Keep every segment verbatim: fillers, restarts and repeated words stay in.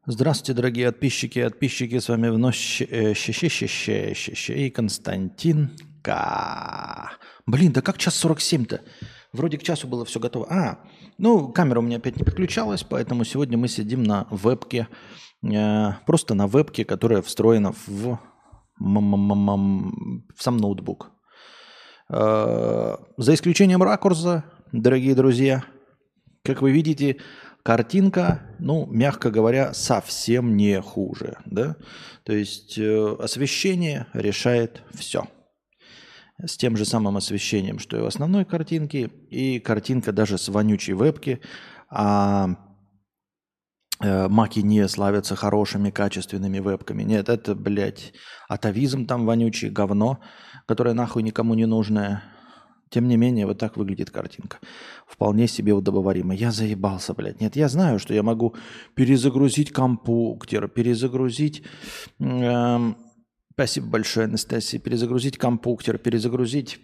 Здравствуйте, дорогие подписчики и подписчики. С вами вновь щ- э, щ- щ- щ- щ- щ- щ- и Константин К. Блин, да как час сорок семь-то? Вроде к часу было все готово. А, ну, камера у меня опять не подключалась, поэтому сегодня мы сидим на вебке. э, Просто на вебке, которая встроена в, м- м- м- м- в сам ноутбук. Э, За исключением ракурса, дорогие друзья, как вы видите, картинка, ну, мягко говоря, совсем не хуже, да? То есть э, освещение решает все. С тем же самым освещением, что и в основной картинке, и картинка даже с вонючей вебки, а э, маки не славятся хорошими, качественными вебками. Нет, это, блядь, атовизм там вонючий, говно, которое нахуй никому не нужное. Тем не менее, вот так выглядит картинка. Вполне себе удобоваримо. Я заебался, блядь. Нет, я знаю, что я могу перезагрузить компьютер, перезагрузить... эм, спасибо большое, Анастасия. Перезагрузить компьютер, перезагрузить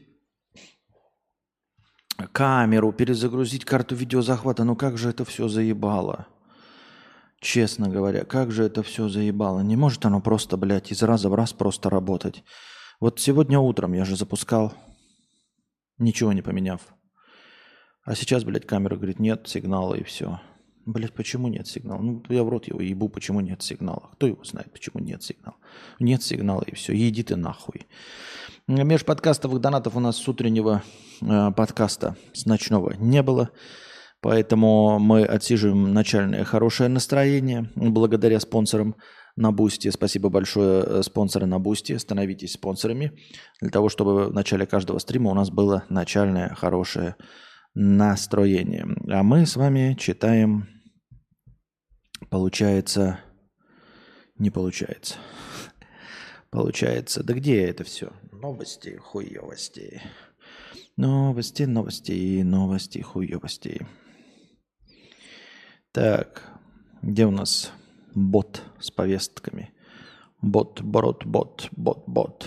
камеру, перезагрузить карту видеозахвата. Ну как же это все заебало? Честно говоря, как же это все заебало? Не может оно просто, блядь, из раза в раз просто работать. Вот сегодня утром я же запускал, ничего не поменяв. А сейчас, блядь, камера говорит, нет сигнала и все. Блядь, почему нет сигнала? Ну, я в рот его ебу, почему нет сигнала? Кто его знает, почему нет сигнала? Нет сигнала и все, иди ты нахуй. Межподкастовых донатов у нас с утреннего э, подкаста, с ночного не было. Поэтому мы отсиживаем начальное хорошее настроение благодаря спонсорам на Бусти. Спасибо большое, э, спонсоры на Бусти. Становитесь спонсорами для того, чтобы в начале каждого стрима у нас было начальное хорошее настроение. А мы с вами читаем, получается, не получается. Получается, да где это все? Новости, хуевости. Новости, новости, новости, хуевости. Так, где у нас бот с повестками? Бот, бот, бот, бот, бот.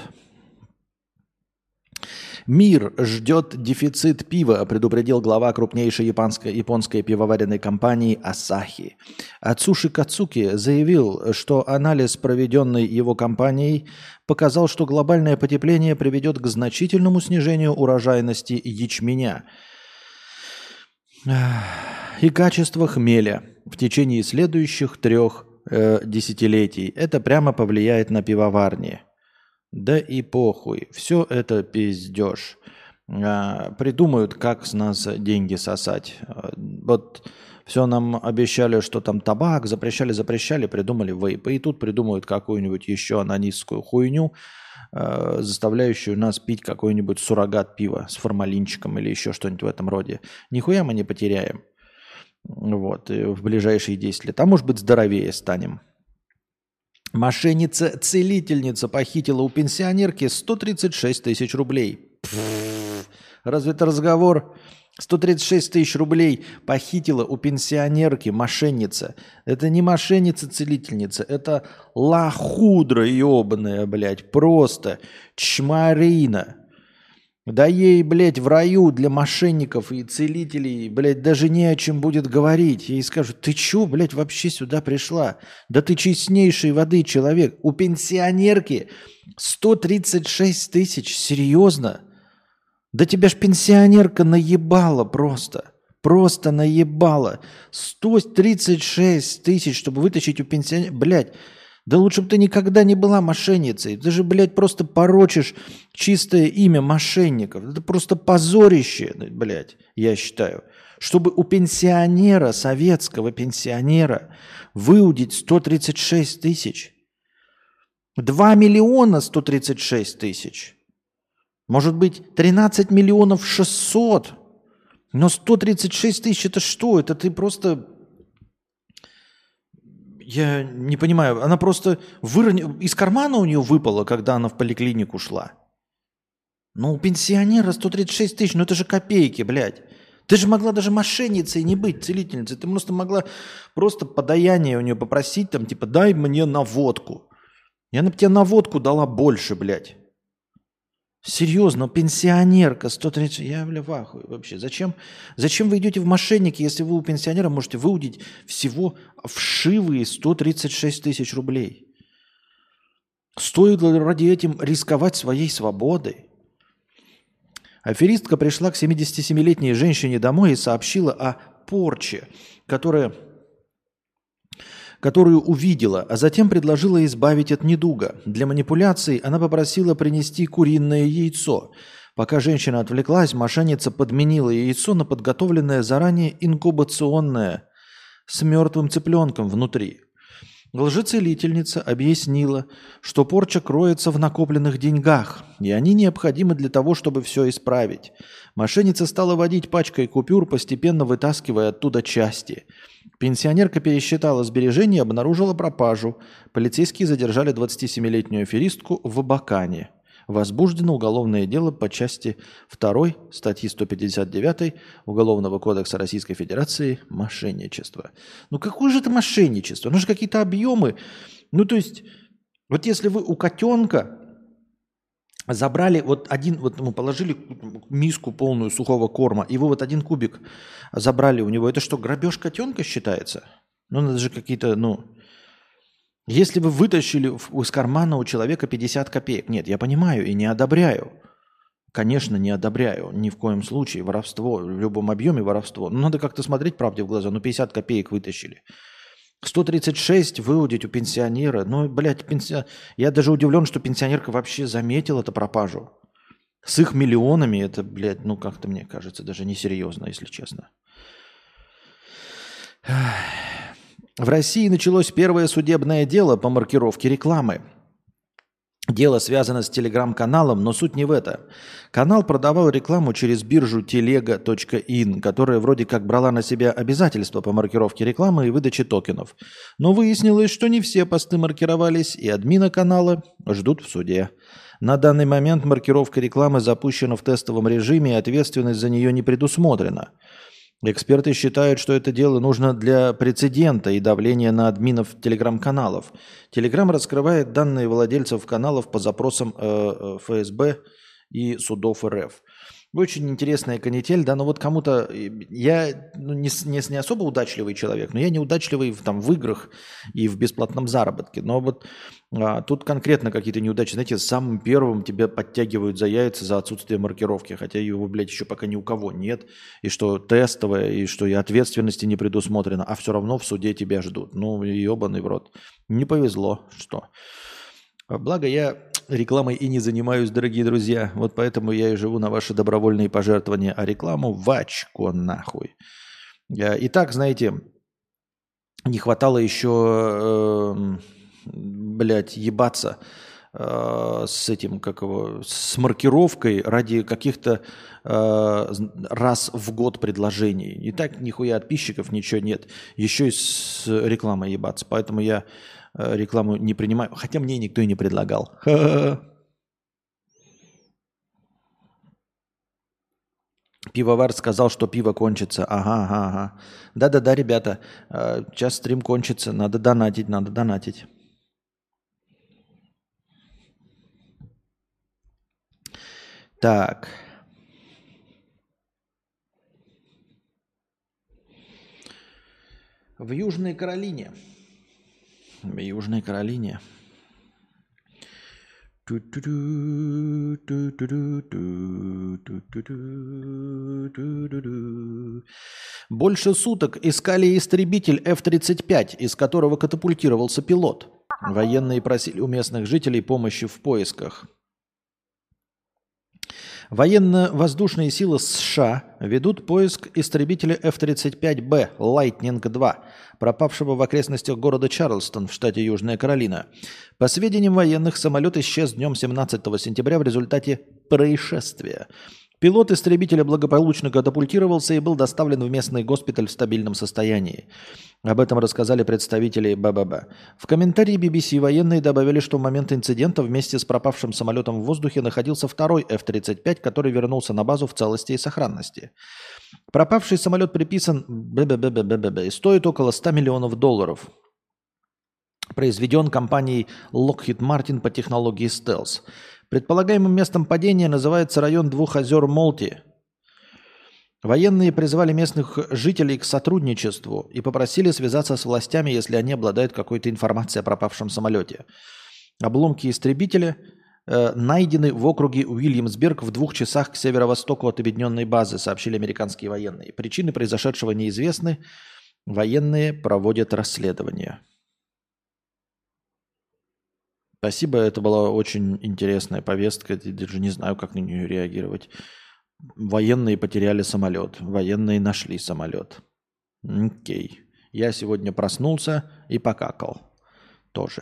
Мир ждет дефицит пива, предупредил глава крупнейшей японской, японской пивоваренной компании Asahi. Ацуши Кацуки заявил, что анализ, проведенный его компанией, показал, что глобальное потепление приведет к значительному снижению урожайности ячменя и качества хмеля в течение следующих трех э, десятилетий. Это прямо повлияет на пивоварни. Да и похуй. Все это пиздеж. А, придумают, как с нас деньги сосать. А, Вот все нам обещали, что там табак, запрещали, запрещали, придумали вейпы. И тут придумают какую-нибудь еще анонистскую хуйню, а, заставляющую нас пить какой-нибудь суррогат пива с формалинчиком или еще что-нибудь в этом роде. Нихуя мы не потеряем. Вот, и в ближайшие десять лет. А может быть, здоровее станем. Мошенница-целительница похитила у пенсионерки сто тридцать шесть тысяч рублей. Пфф, разве это разговор? сто тридцать шесть тысяч рублей похитила у пенсионерки мошенница. Это не мошенница-целительница, это лохудра ебаная, блядь, просто чмарина. Да ей, блядь, в раю для мошенников и целителей, блядь, даже не о чем будет говорить. Ей скажут, ты чё, блядь, вообще сюда пришла? Да ты честнейшей воды человек. У пенсионерки сто тридцать шесть тысяч, серьезно? Да тебя ж пенсионерка наебала просто. Просто наебала. сто тридцать шесть тысяч, чтобы вытащить у пенсионера. Блядь, да лучше бы ты никогда не была мошенницей. Ты же, блядь, просто порочишь чистое имя мошенников. Это просто позорище, блядь, я считаю. Чтобы у пенсионера, советского пенсионера, выудить сто тридцать шесть тысяч. два миллиона сто тридцать шесть тысяч. Может быть, тринадцать миллионов шестьсот. Но сто тридцать шесть тысяч это что? Это ты просто... Я не понимаю, она просто выронила, из кармана у нее выпала, когда она в поликлинику шла. Ну, у пенсионера сто тридцать шесть тысяч, ну это же копейки, блядь. Ты же могла даже мошенницей не быть, целительницей. Ты просто могла просто подаяние у нее попросить, там, типа, дай мне наводку. И она бы тебе наводку дала больше, блядь. Серьезно, пенсионерка сто тридцать... Я, бля, в ахуе вообще. Зачем, зачем вы идете в мошенники, если вы у пенсионера можете выудить всего вшивые сто тридцать шесть тысяч рублей? Стоит ли ради этим рисковать своей свободой? Аферистка пришла к семидесятисемилетней женщине домой и сообщила о порче, которая, которую увидела, а затем предложила избавить от недуга. Для манипуляций она попросила принести куриное яйцо. Пока женщина отвлеклась, мошенница подменила яйцо на подготовленное заранее инкубационное с мертвым цыпленком внутри. Лжецелительница объяснила, что порча кроется в накопленных деньгах, и они необходимы для того, чтобы все исправить. Мошенница стала водить пачкой купюр, постепенно вытаскивая оттуда части. Пенсионерка пересчитала сбережения и обнаружила пропажу. Полицейские задержали двадцатисемилетнюю аферистку в Абакане. Возбуждено уголовное дело по части второй статьи сто пятьдесят девять Уголовного кодекса Российской Федерации «Мошенничество». Ну какое же это мошенничество? Ну же какие-то объемы. Ну то есть, вот если вы у котенка забрали вот один, вот ему положили миску полную сухого корма, и вы вот один кубик забрали у него, это что, грабеж котенка считается? Ну надо же какие-то, ну... Если вы вытащили из кармана у человека пятьдесят копеек, нет, я понимаю и не одобряю. Конечно, не одобряю. Ни в коем случае воровство, в любом объеме воровство. Но надо как-то смотреть правде в глаза. Ну, пятьдесят копеек вытащили. сто тридцать шесть выудить у пенсионера. Ну, блядь, пенсион... я даже удивлен, что пенсионерка вообще заметила эту пропажу. С их миллионами это, блядь, ну, как-то мне кажется, даже несерьезно, если честно. В России началось первое судебное дело по маркировке рекламы. Дело связано с телеграм-каналом, но суть не в этом. Канал продавал рекламу через биржу телега точка ин, которая вроде как брала на себя обязательства по маркировке рекламы и выдаче токенов. Но выяснилось, что не все посты маркировались, и админа канала ждут в суде. На данный момент маркировка рекламы запущена в тестовом режиме, и ответственность за нее не предусмотрена. Эксперты считают, что это дело нужно для прецедента и давления на админов телеграм-каналов. Телеграм раскрывает данные владельцев каналов по запросам э, эф эс бэ и судов эр эф. Очень интересная канитель, да, но вот кому-то... Я ну, не, не, не особо удачливый человек, но я неудачливый в, там, в играх и в бесплатном заработке. Но вот а, тут конкретно какие-то неудачи. Знаете, самым первым тебя подтягивают за яйца за отсутствие маркировки, хотя его, блядь, еще пока ни у кого нет, и что тестовое, и что и ответственности не предусмотрено, а все равно в суде тебя ждут. Ну, ебаный в рот. Не повезло, что... Благо я рекламой и не занимаюсь, дорогие друзья. Вот поэтому я и живу на ваши добровольные пожертвования, а рекламу в очко нахуй. И так, знаете, не хватало еще, э, блядь, ебаться э, с этим, как его, с маркировкой ради каких-то э, раз в год предложений. И так нихуя подписчиков, ничего нет. Еще и с рекламой ебаться. Поэтому я... рекламу не принимаю, хотя мне никто и не предлагал. Пивовар сказал, что пиво кончится. Ага, ага, ага. Да-да-да, ребята, сейчас стрим кончится, надо донатить, надо донатить. Так. В Южной Каролине В Южной Каролине. Больше суток искали истребитель эф тридцать пять, из которого катапультировался пилот. Военные просили у местных жителей помощи в поисках. Военно-воздушные силы США ведут поиск истребителя эф тридцать пять бэ Lightning два, пропавшего в окрестностях города Чарльстон в штате Южная Каролина. По сведениям военных, самолет исчез днем семнадцатого сентября в результате происшествия. Пилот истребителя благополучно катапультировался и был доставлен в местный госпиталь в стабильном состоянии. Об этом рассказали представители бэ бэ бэ. В комментарии би би си военные добавили, что в момент инцидента вместе с пропавшим самолетом в воздухе находился второй эф тридцать пять, который вернулся на базу в целости и сохранности. Пропавший самолет приписан бэ бэ бэ бэ бэ бэ бэ и стоит около ста миллионов долларов. Произведен компанией Lockheed Martin по технологии стелс. Предполагаемым местом падения называется район двух озер Молти. Военные призвали местных жителей к сотрудничеству и попросили связаться с властями, если они обладают какой-то информацией о пропавшем самолете. Обломки истребителя э, найдены в округе Уильямсберг в двух часах к северо-востоку от объединенной базы, сообщили американские военные. Причины произошедшего неизвестны. Военные проводят расследование. Спасибо, это была очень интересная повестка. Я даже не знаю, как на нее реагировать. Военные потеряли самолет. Военные нашли самолет. Окей. Я сегодня проснулся и покакал. Тоже.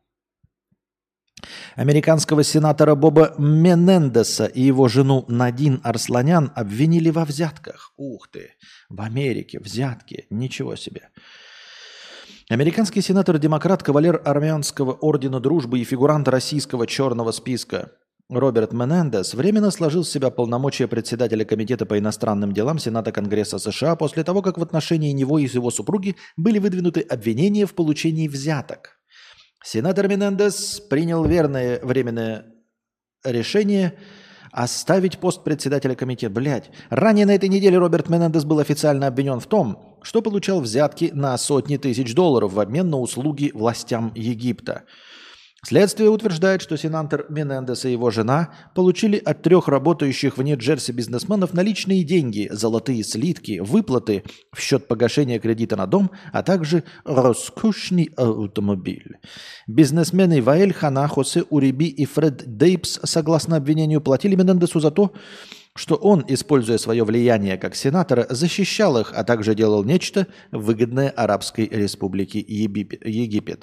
Американского сенатора Боба Менендеса и его жену Надин Арсланян обвинили во взятках. Ух ты. В Америке взятки. Ничего себе. Американский сенатор-демократ, кавалер армянского ордена дружбы и фигурант российского черного списка Роберт Менендес временно сложил с себя полномочия председателя Комитета по иностранным делам Сената Конгресса США после того, как в отношении него и его супруги были выдвинуты обвинения в получении взяток. Сенатор Менендес принял верное временное решение оставить пост председателя комитета. Блядь. Ранее на этой неделе Роберт Менендес был официально обвинен в том, что получал взятки на сотни тысяч долларов в обмен на услуги властям Египта. Следствие утверждает, что сенатор Менендес и его жена получили от трех работающих в Нью-Джерси бизнесменов наличные деньги, золотые слитки, выплаты в счет погашения кредита на дом, а также роскошный автомобиль. Бизнесмены Ваэль Хана, Хосе Уриби и Фред Дейпс, согласно обвинению, платили Менендесу за то, что он, используя свое влияние как сенатора, защищал их, а также делал нечто выгодное Арабской Республике Египет.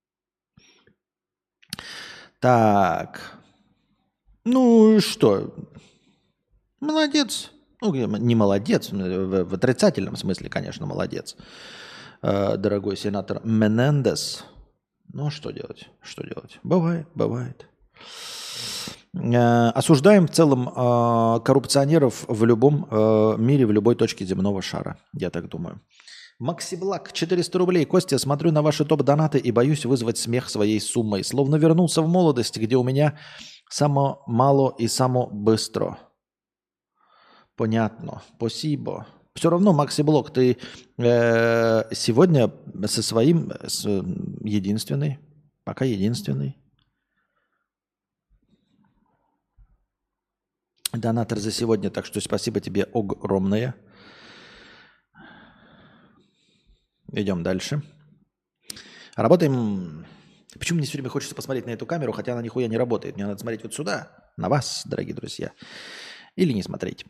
Так, ну что, молодец, ну не молодец, в, в отрицательном смысле, конечно, молодец, э, дорогой сенатор Менендес. Ну что делать, что делать, бывает, бывает. Э, осуждаем в целом э, коррупционеров в любом э, мире, в любой точке земного шара, я так думаю. Максиблак, четыреста рублей. Костя, смотрю на ваши топ-донаты и боюсь вызвать смех своей суммой. Словно вернулся в молодость, где у меня само мало и само быстро. Понятно. Спасибо. Все равно, Максиблок, ты э, сегодня со своим с, единственный, пока единственный. Донатор за сегодня, так что спасибо тебе огромное. Идем дальше. Работаем. Почему мне все время хочется посмотреть на эту камеру, хотя она нихуя не работает. Мне надо смотреть вот сюда, на вас, дорогие друзья. Или не смотреть.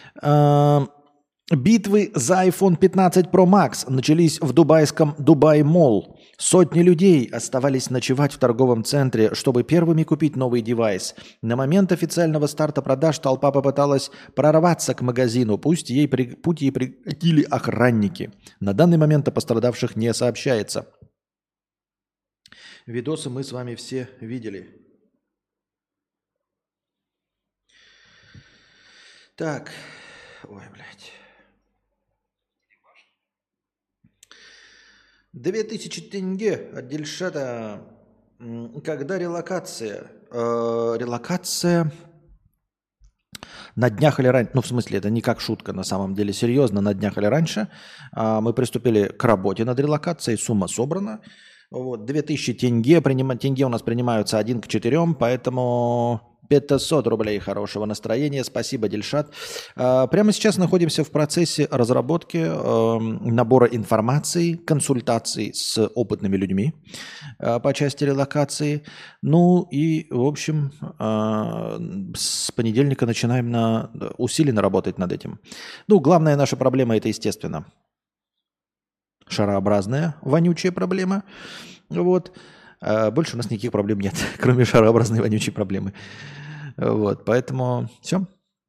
Битвы за айфон пятнадцать про макс начались в дубайском Дубай Молл. Сотни людей оставались ночевать в торговом центре, чтобы первыми купить новый девайс. На момент официального старта продаж толпа попыталась прорваться к магазину, пусть ей, при... путь ей прекратили охранники. На данный момент о пострадавших не сообщается. Видосы мы с вами все видели. Так. Ой, блядь. Две тысячи тенге от Дильшата. Когда релокация? Э, релокация на днях или раньше, ну в смысле это не как шутка, на самом деле серьезно, на днях или раньше э, мы приступили к работе над релокацией, сумма собрана. Вот, две тысячи тенге, приним... тенге у нас принимаются один к четырем, поэтому пятьсот рублей хорошего настроения. Спасибо, Дильшат. Прямо сейчас находимся в процессе разработки набора информации, консультаций с опытными людьми по части релокации. Ну и, в общем, с понедельника начинаем на... усиленно работать над этим. Ну, главная наша проблема – это, естественно, шарообразная, вонючая проблема. Вот. Больше у нас никаких проблем нет, кроме шарообразной вонючей проблемы. Вот, поэтому все.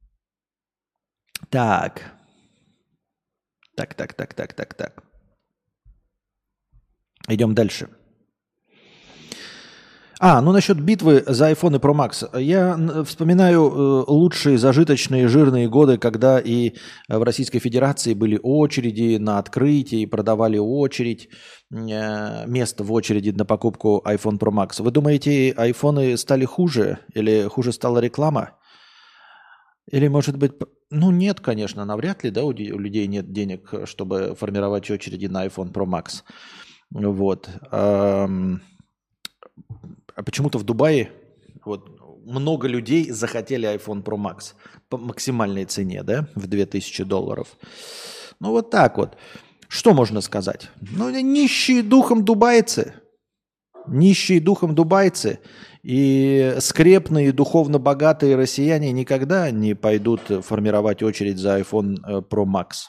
Так. Так, так, так, так, так, так. Идем дальше. А, ну насчет битвы за iPhone и Pro Max. Я н- вспоминаю э, лучшие зажиточные жирные годы, когда и в Российской Федерации были очереди на открытие, продавали очередь, э, место в очереди на покупку iPhone Pro Max. Вы думаете, айфоны стали хуже? Или хуже стала реклама? Или, может быть, п- ну нет, конечно, навряд ли, да, у, де- у людей нет денег, чтобы формировать очереди на iPhone Pro Max. Вот. Ам, А почему-то в Дубае вот, много людей захотели iPhone Pro Max по максимальной цене, да, в две тысячи долларов. Ну вот так вот. Что можно сказать? Ну, нищие духом дубайцы. Нищие духом дубайцы и скрепные, духовно богатые россияне никогда не пойдут формировать очередь за iPhone э, Pro Max.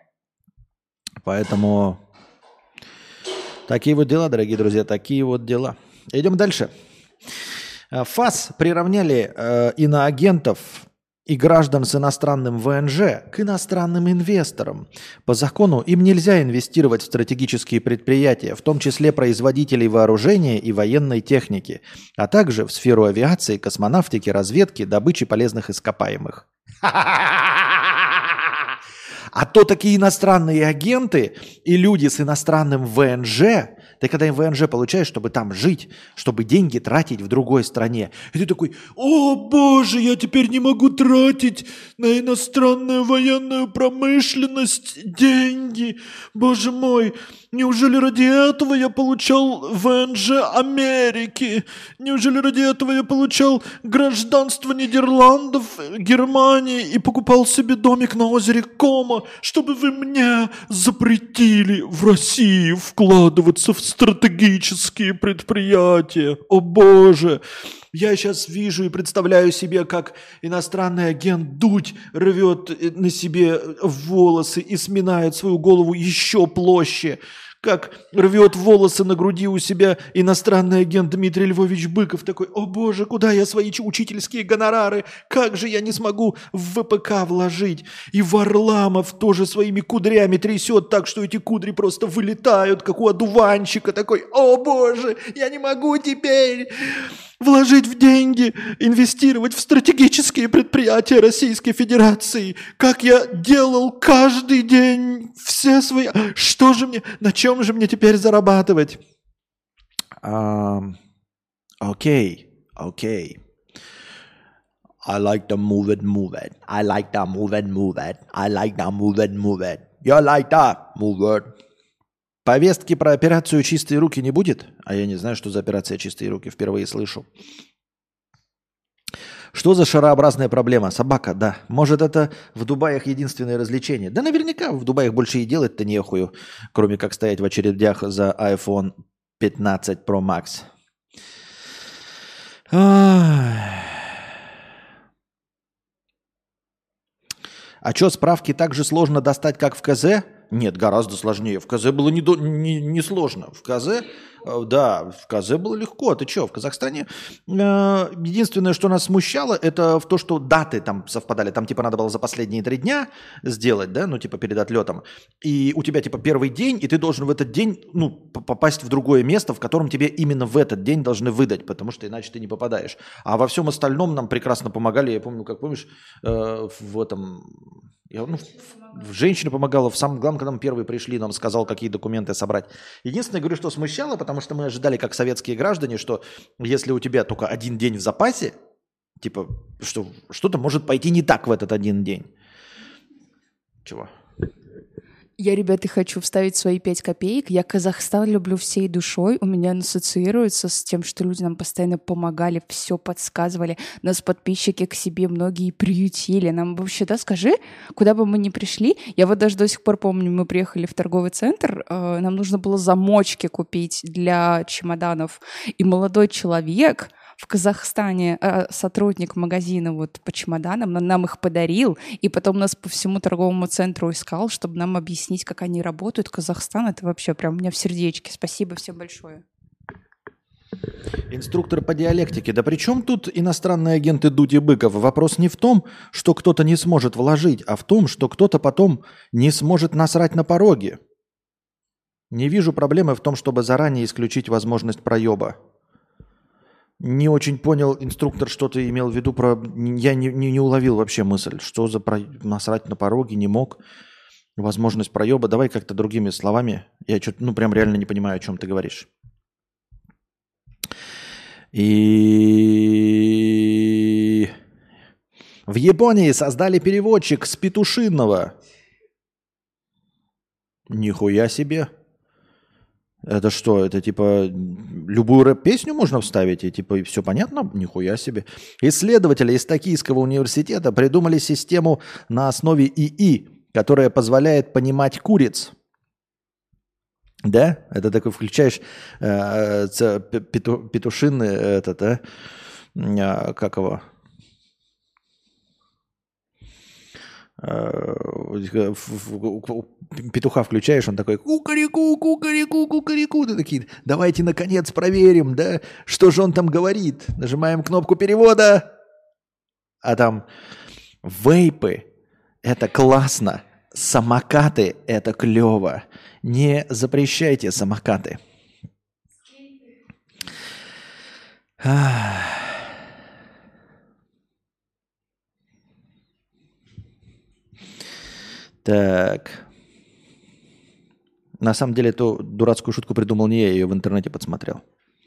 Поэтому такие вот дела, дорогие друзья, такие вот дела. Идем дальше. Э, ФАС приравняли э, иноагентов и граждан с иностранным ВНЖ к иностранным инвесторам. По закону им нельзя инвестировать в стратегические предприятия, в том числе производителей вооружения и военной техники, а также в сферу авиации, космонавтики, разведки, добычи полезных ископаемых. А то такие иностранные агенты и люди с иностранным ВНЖ, ты когда им ВНЖ получаешь, чтобы там жить, чтобы деньги тратить в другой стране, и ты такой: о боже, я теперь не могу тратить на иностранную военную промышленность деньги, боже мой, неужели ради этого я получал ВНЖ Америки, неужели ради этого я получал гражданство Нидерландов, Германии и покупал себе домик на озере Кома, чтобы вы мне запретили в России вкладываться в стратегические предприятия. О боже! Я сейчас вижу и представляю себе, как иностранный агент Дудь рвет на себе волосы и сминает свою голову еще площе. Как рвет волосы на груди у себя иностранный агент Дмитрий Львович Быков. Такой: о боже, куда я свои ч- учительские гонорары? Как же я не смогу в ВПК вложить? И Варламов тоже своими кудрями трясет так, что эти кудри просто вылетают, как у одуванчика. Такой: о боже, я не могу теперь вложить в деньги, инвестировать в стратегические предприятия Российской Федерации, как я делал каждый день все свои... Что же мне, на чем же мне теперь зарабатывать? Um, Окей, окей. I like to move it, move it. I like to move it, move it. I like to move it, move it. You like that? Move it. Повестки про операцию «Чистые руки» не будет? А я не знаю, что за операция «Чистые руки». Впервые слышу. Что за шарообразная проблема? Собака, да. Может, это в Дубаях единственное развлечение? Да наверняка в Дубаях больше и делать-то нехую, кроме как стоять в очередях за iPhone пятнадцать Pro Max. Ах. А что, справки так же сложно достать, как в КЗ? Нет, гораздо сложнее. В КЗ было не, до, не, не сложно. В КЗ, э, да, в КЗ было легко. Ты что, в Казахстане? Э, единственное, что нас смущало, это в то, что даты там совпадали. Там типа надо было за последние три дня сделать, да, ну типа перед отлетом. И у тебя типа первый день, и ты должен в этот день, ну, попасть в другое место, в котором тебе именно в этот день должны выдать, потому что иначе ты не попадаешь. А во всем остальном нам прекрасно помогали. Я помню, как помнишь, э, в этом... Я, ну, в, в женщина помогала. В самом главном, когда мы первые пришли, нам сказал, какие документы собрать. Единственное, говорю, что смущало, потому что мы ожидали, как советские граждане, что если у тебя только один день в запасе, типа, что что-то может пойти не так в этот один день. Чего? Я, ребята, хочу вставить свои пять копеек. Я Казахстан люблю всей душой. У меня ассоциируется с тем, что люди нам постоянно помогали, все подсказывали. Нас подписчики к себе многие приютили. Нам вообще, да, скажи, куда бы мы ни пришли. Я вот даже до сих пор помню, мы приехали в торговый центр, э, нам нужно было замочки купить для чемоданов. И молодой человек... В Казахстане э, сотрудник магазина вот по чемоданам нам, нам их подарил, и потом нас по всему торговому центру искал, чтобы нам объяснить, как они работают. Казахстан — это вообще прям у меня в сердечке. Спасибо всем большое. Инструктор по диалектике. Да при чем тут иностранные агенты Дуди Быков? Вопрос не в том, что кто-то не сможет вложить, а в том, что кто-то потом не сможет насрать на пороге. Не вижу проблемы в том, чтобы заранее исключить возможность проеба. Не очень понял, инструктор, что ты имел в виду про... Я не, не, не уловил вообще мысль. Что за про... насрать на пороге, не мог. Возможность проеба. Давай как-то другими словами. Я что-то, ну, прям реально не понимаю, о чем ты говоришь. И в Японии создали переводчик с петушиного. Нихуя себе. Это что, это типа любую рэп-песню можно вставить и типа и все понятно? Нихуя себе. Исследователи из Токийского университета придумали систему на основе ИИ, которая позволяет понимать куриц. Да? Это такой включаешь э, э, пету, петушиный этот, а? Э, как его? Петуха включаешь, он такой кукареку, кукареку, кукареку. Ты такие, давайте наконец проверим, да, что же он там говорит. Нажимаем кнопку перевода, а там вейпы – это классно, самокаты – это клево. Не запрещайте самокаты. Так. На самом деле, эту дурацкую шутку придумал не я, я ее в интернете подсмотрел.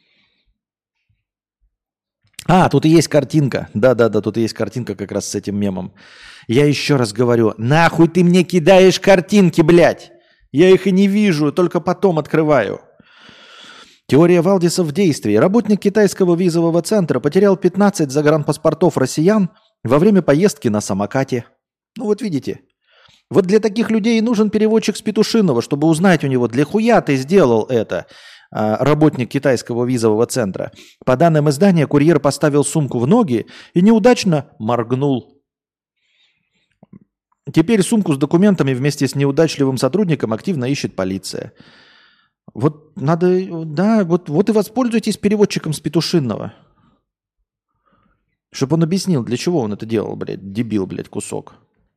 А, тут и есть картинка. Да-да-да, тут и есть картинка как раз с этим мемом. Я еще раз говорю, нахуй ты мне кидаешь картинки, блядь? Я их и не вижу, только потом открываю. Теория Валдиса в действии. Работник китайского визового центра потерял пятнадцать загранпаспортов россиян во время поездки на самокате. Ну вот видите. Вот для таких людей и нужен переводчик с петушиного, чтобы узнать у него, для хуя ты сделал это, работник китайского визового центра. По данным издания, курьер поставил сумку в ноги и неудачно моргнул. Теперь сумку с документами вместе с неудачливым сотрудником активно ищет полиция. Вот надо, да, вот, вот и воспользуйтесь переводчиком с петушиного. Чтобы он объяснил, для чего он это делал, блядь, дебил, блядь, кусок.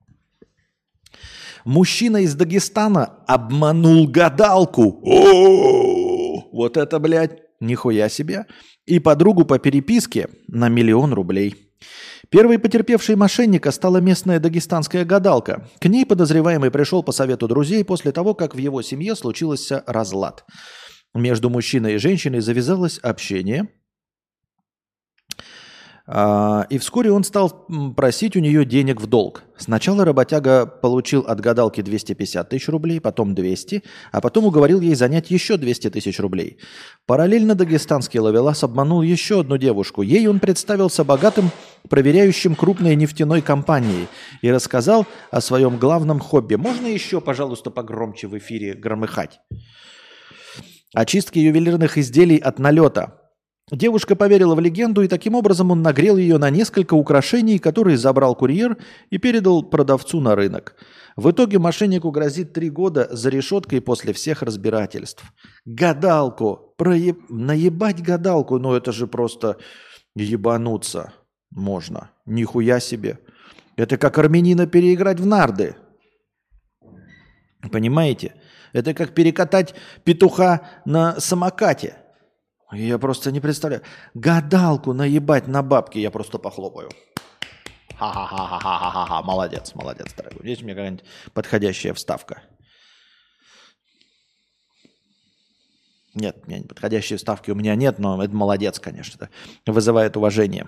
Мужчина из Дагестана обманул гадалку. О-о-о! Вот это, блядь, нихуя себе. И подругу по переписке на миллион рублей. Первой потерпевшей мошенника стала местная дагестанская гадалка. К ней подозреваемый пришел по совету друзей после того, как в его семье случился разлад. Между мужчиной и женщиной завязалось общение. И вскоре он стал просить у нее денег в долг. Сначала работяга получил от гадалки двести пятьдесят тысяч рублей, потом двести, а потом уговорил ей занять еще двести тысяч рублей. Параллельно дагестанский ловелас обманул еще одну девушку. Ей он представился богатым, проверяющим крупной нефтяной компании и рассказал о своем главном хобби. Можно еще, пожалуйста, погромче в эфире громыхать? Очистки ювелирных изделий от налета. Девушка поверила в легенду, и таким образом он нагрел ее на несколько украшений, которые забрал курьер и передал продавцу на рынок. В итоге мошеннику грозит три года за решеткой после всех разбирательств. Гадалку! Проеб... Наебать гадалку, ну это же просто ебануться можно. Нихуя себе. Это как армянина переиграть в нарды. Понимаете? Это как перекатать петуха на самокате. Я просто не представляю. Гадалку наебать на бабки, я просто похлопаю. Ха-ха-ха-ха-ха-ха-ха. Молодец, молодец, дорогой. Здесь у меня какая-нибудь подходящая вставка. Нет, у меня подходящей вставки у меня нет, но это молодец, конечно. Вызывает уважение.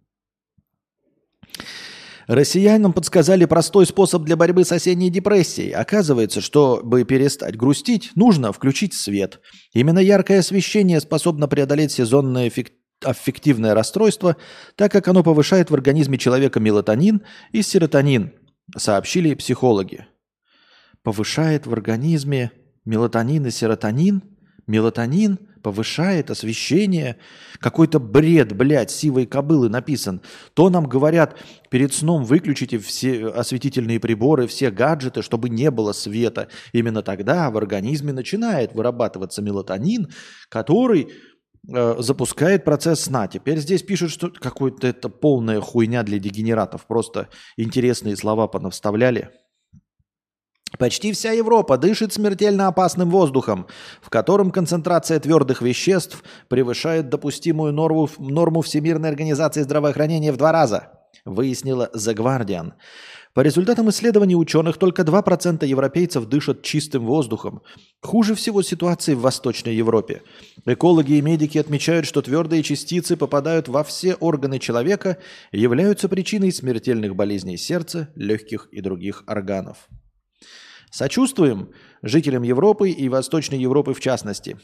Россиянам подсказали простой способ для борьбы с осенней депрессией. Оказывается, чтобы перестать грустить, нужно включить свет. Именно яркое освещение способно преодолеть сезонное аффективное расстройство, так как оно повышает в организме человека мелатонин и серотонин, сообщили психологи. Повышает в организме мелатонин и серотонин? Мелатонин повышает освещение. Какой-то бред, блядь, сивой кобылы написан. То нам говорят, перед сном выключите все осветительные приборы, все гаджеты, чтобы не было света. Именно тогда в организме начинает вырабатываться мелатонин, который э, запускает процесс сна. Теперь здесь пишут, что какой-то это полная хуйня для дегенератов. Просто интересные слова понавставляли. Почти вся Европа дышит смертельно опасным воздухом, в котором концентрация твердых веществ превышает допустимую норму, норму Всемирной организации здравоохранения в два раза, выяснила The Guardian. По результатам исследований ученых, только два процента европейцев дышат чистым воздухом. Хуже всего ситуации в Восточной Европе. Экологи и медики отмечают, что твердые частицы попадают во все органы человека и являются причиной смертельных болезней сердца, легких и других органов. Сочувствуем жителям Европы и Восточной Европы в частности.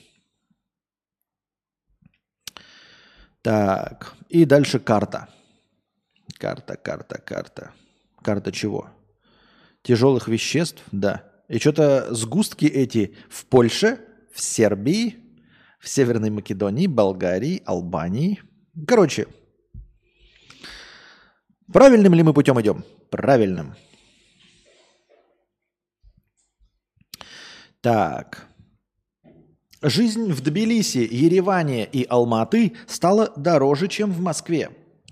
Так, и дальше карта. Карта, карта, карта. Карта чего? Тяжелых веществ? Да. И что-то сгустки эти в Польше, в Сербии, в Северной Македонии, Болгарии, Албании. Короче, правильным ли мы путем идем? Правильным. Так. Жизнь в Тбилиси, Ереване и Алматы стала дороже, чем в Москве.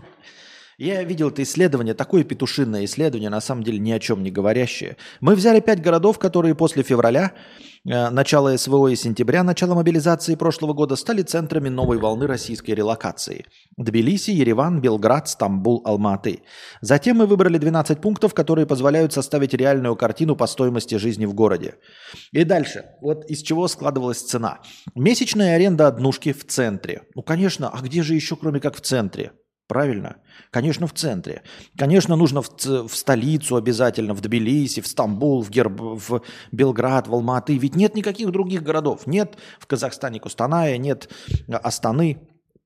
Я видел это исследование, такое петушиное исследование, на самом деле ни о чем не говорящее. Мы взяли пять городов, которые после февраля, э, начала СВО и сентября, начала мобилизации прошлого года стали центрами новой волны российской релокации. Тбилиси, Ереван, Белград, Стамбул, Алматы. Затем мы выбрали двенадцать пунктов, которые позволяют составить реальную картину по стоимости жизни в городе. И дальше. Вот из чего складывалась цена. Месячная аренда однушки в центре. Ну, конечно, а где же еще, кроме как в центре? Правильно? Конечно, в центре. Конечно, нужно в, в столицу обязательно, в Тбилиси, в Стамбул, в, Герб, в Белград, в Алматы. Ведь нет никаких других городов. Нет в Казахстане Кустаная, нет Астаны.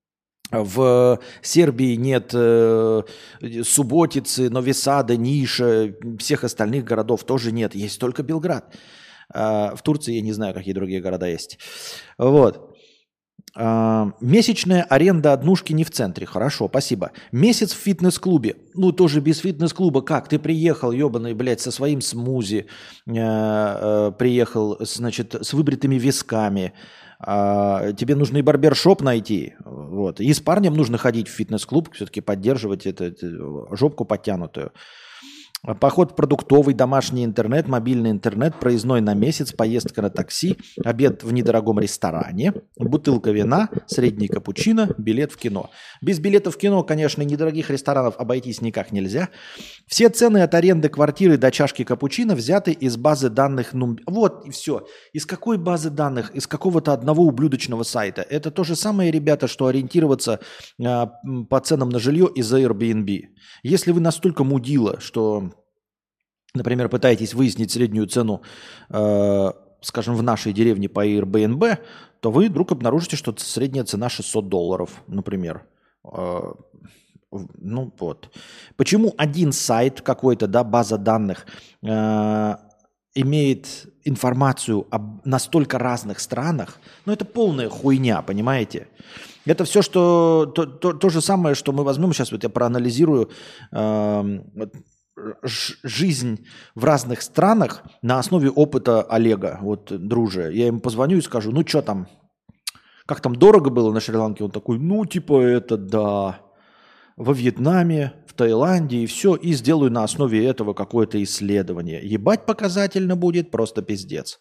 В Сербии нет э, Субботицы, Нови-Сада, Ниша, всех остальных городов тоже нет. Есть только Белград. А в Турции я не знаю, какие другие города есть. Вот. Месячная аренда однушки не в центре. Хорошо, спасибо. Месяц в фитнес-клубе. Ну, тоже без фитнес-клуба. Как? Ты приехал, ебаный, блядь, со своим смузи. Э, э, приехал, значит, с выбритыми висками. Э, тебе нужно и барбершоп найти. Вот. И с парнем нужно ходить в фитнес-клуб, все-таки поддерживать это, это, жопку подтянутую. Поход в продуктовый, домашний интернет, мобильный интернет, проездной на месяц, поездка на такси, обед в недорогом ресторане, бутылка вина, средний капучино, билет в кино. Без билета в кино, конечно, недорогих ресторанов обойтись никак нельзя. Все цены от аренды квартиры до чашки капучино взяты из базы данных. Нум... Вот и все. Из какой базы данных? Из какого-то одного ублюдочного сайта. Это то же самое, ребята, что ориентироваться э, по ценам на жилье из Airbnb. Если вы настолько мудила, что... Например, пытаетесь выяснить среднюю цену, э, скажем, в нашей деревне по Airbnb, то вы вдруг обнаружите, что средняя цена шестьсот долларов, например. Э, ну вот. Почему один сайт какой-то, да, база данных, э, имеет информацию об настолько разных странах? Ну это полная хуйня, понимаете? Это все, что то, то, то же самое, что мы возьмем, сейчас вот я проанализирую, э, жизнь в разных странах на основе опыта Олега, вот друже. Я ему позвоню и скажу, ну что там, как там дорого было на Шри-Ланке? Он такой, ну типа это да, во Вьетнаме, в Таиланде и все, и сделаю на основе этого какое-то исследование. Ебать показательно будет, просто пиздец.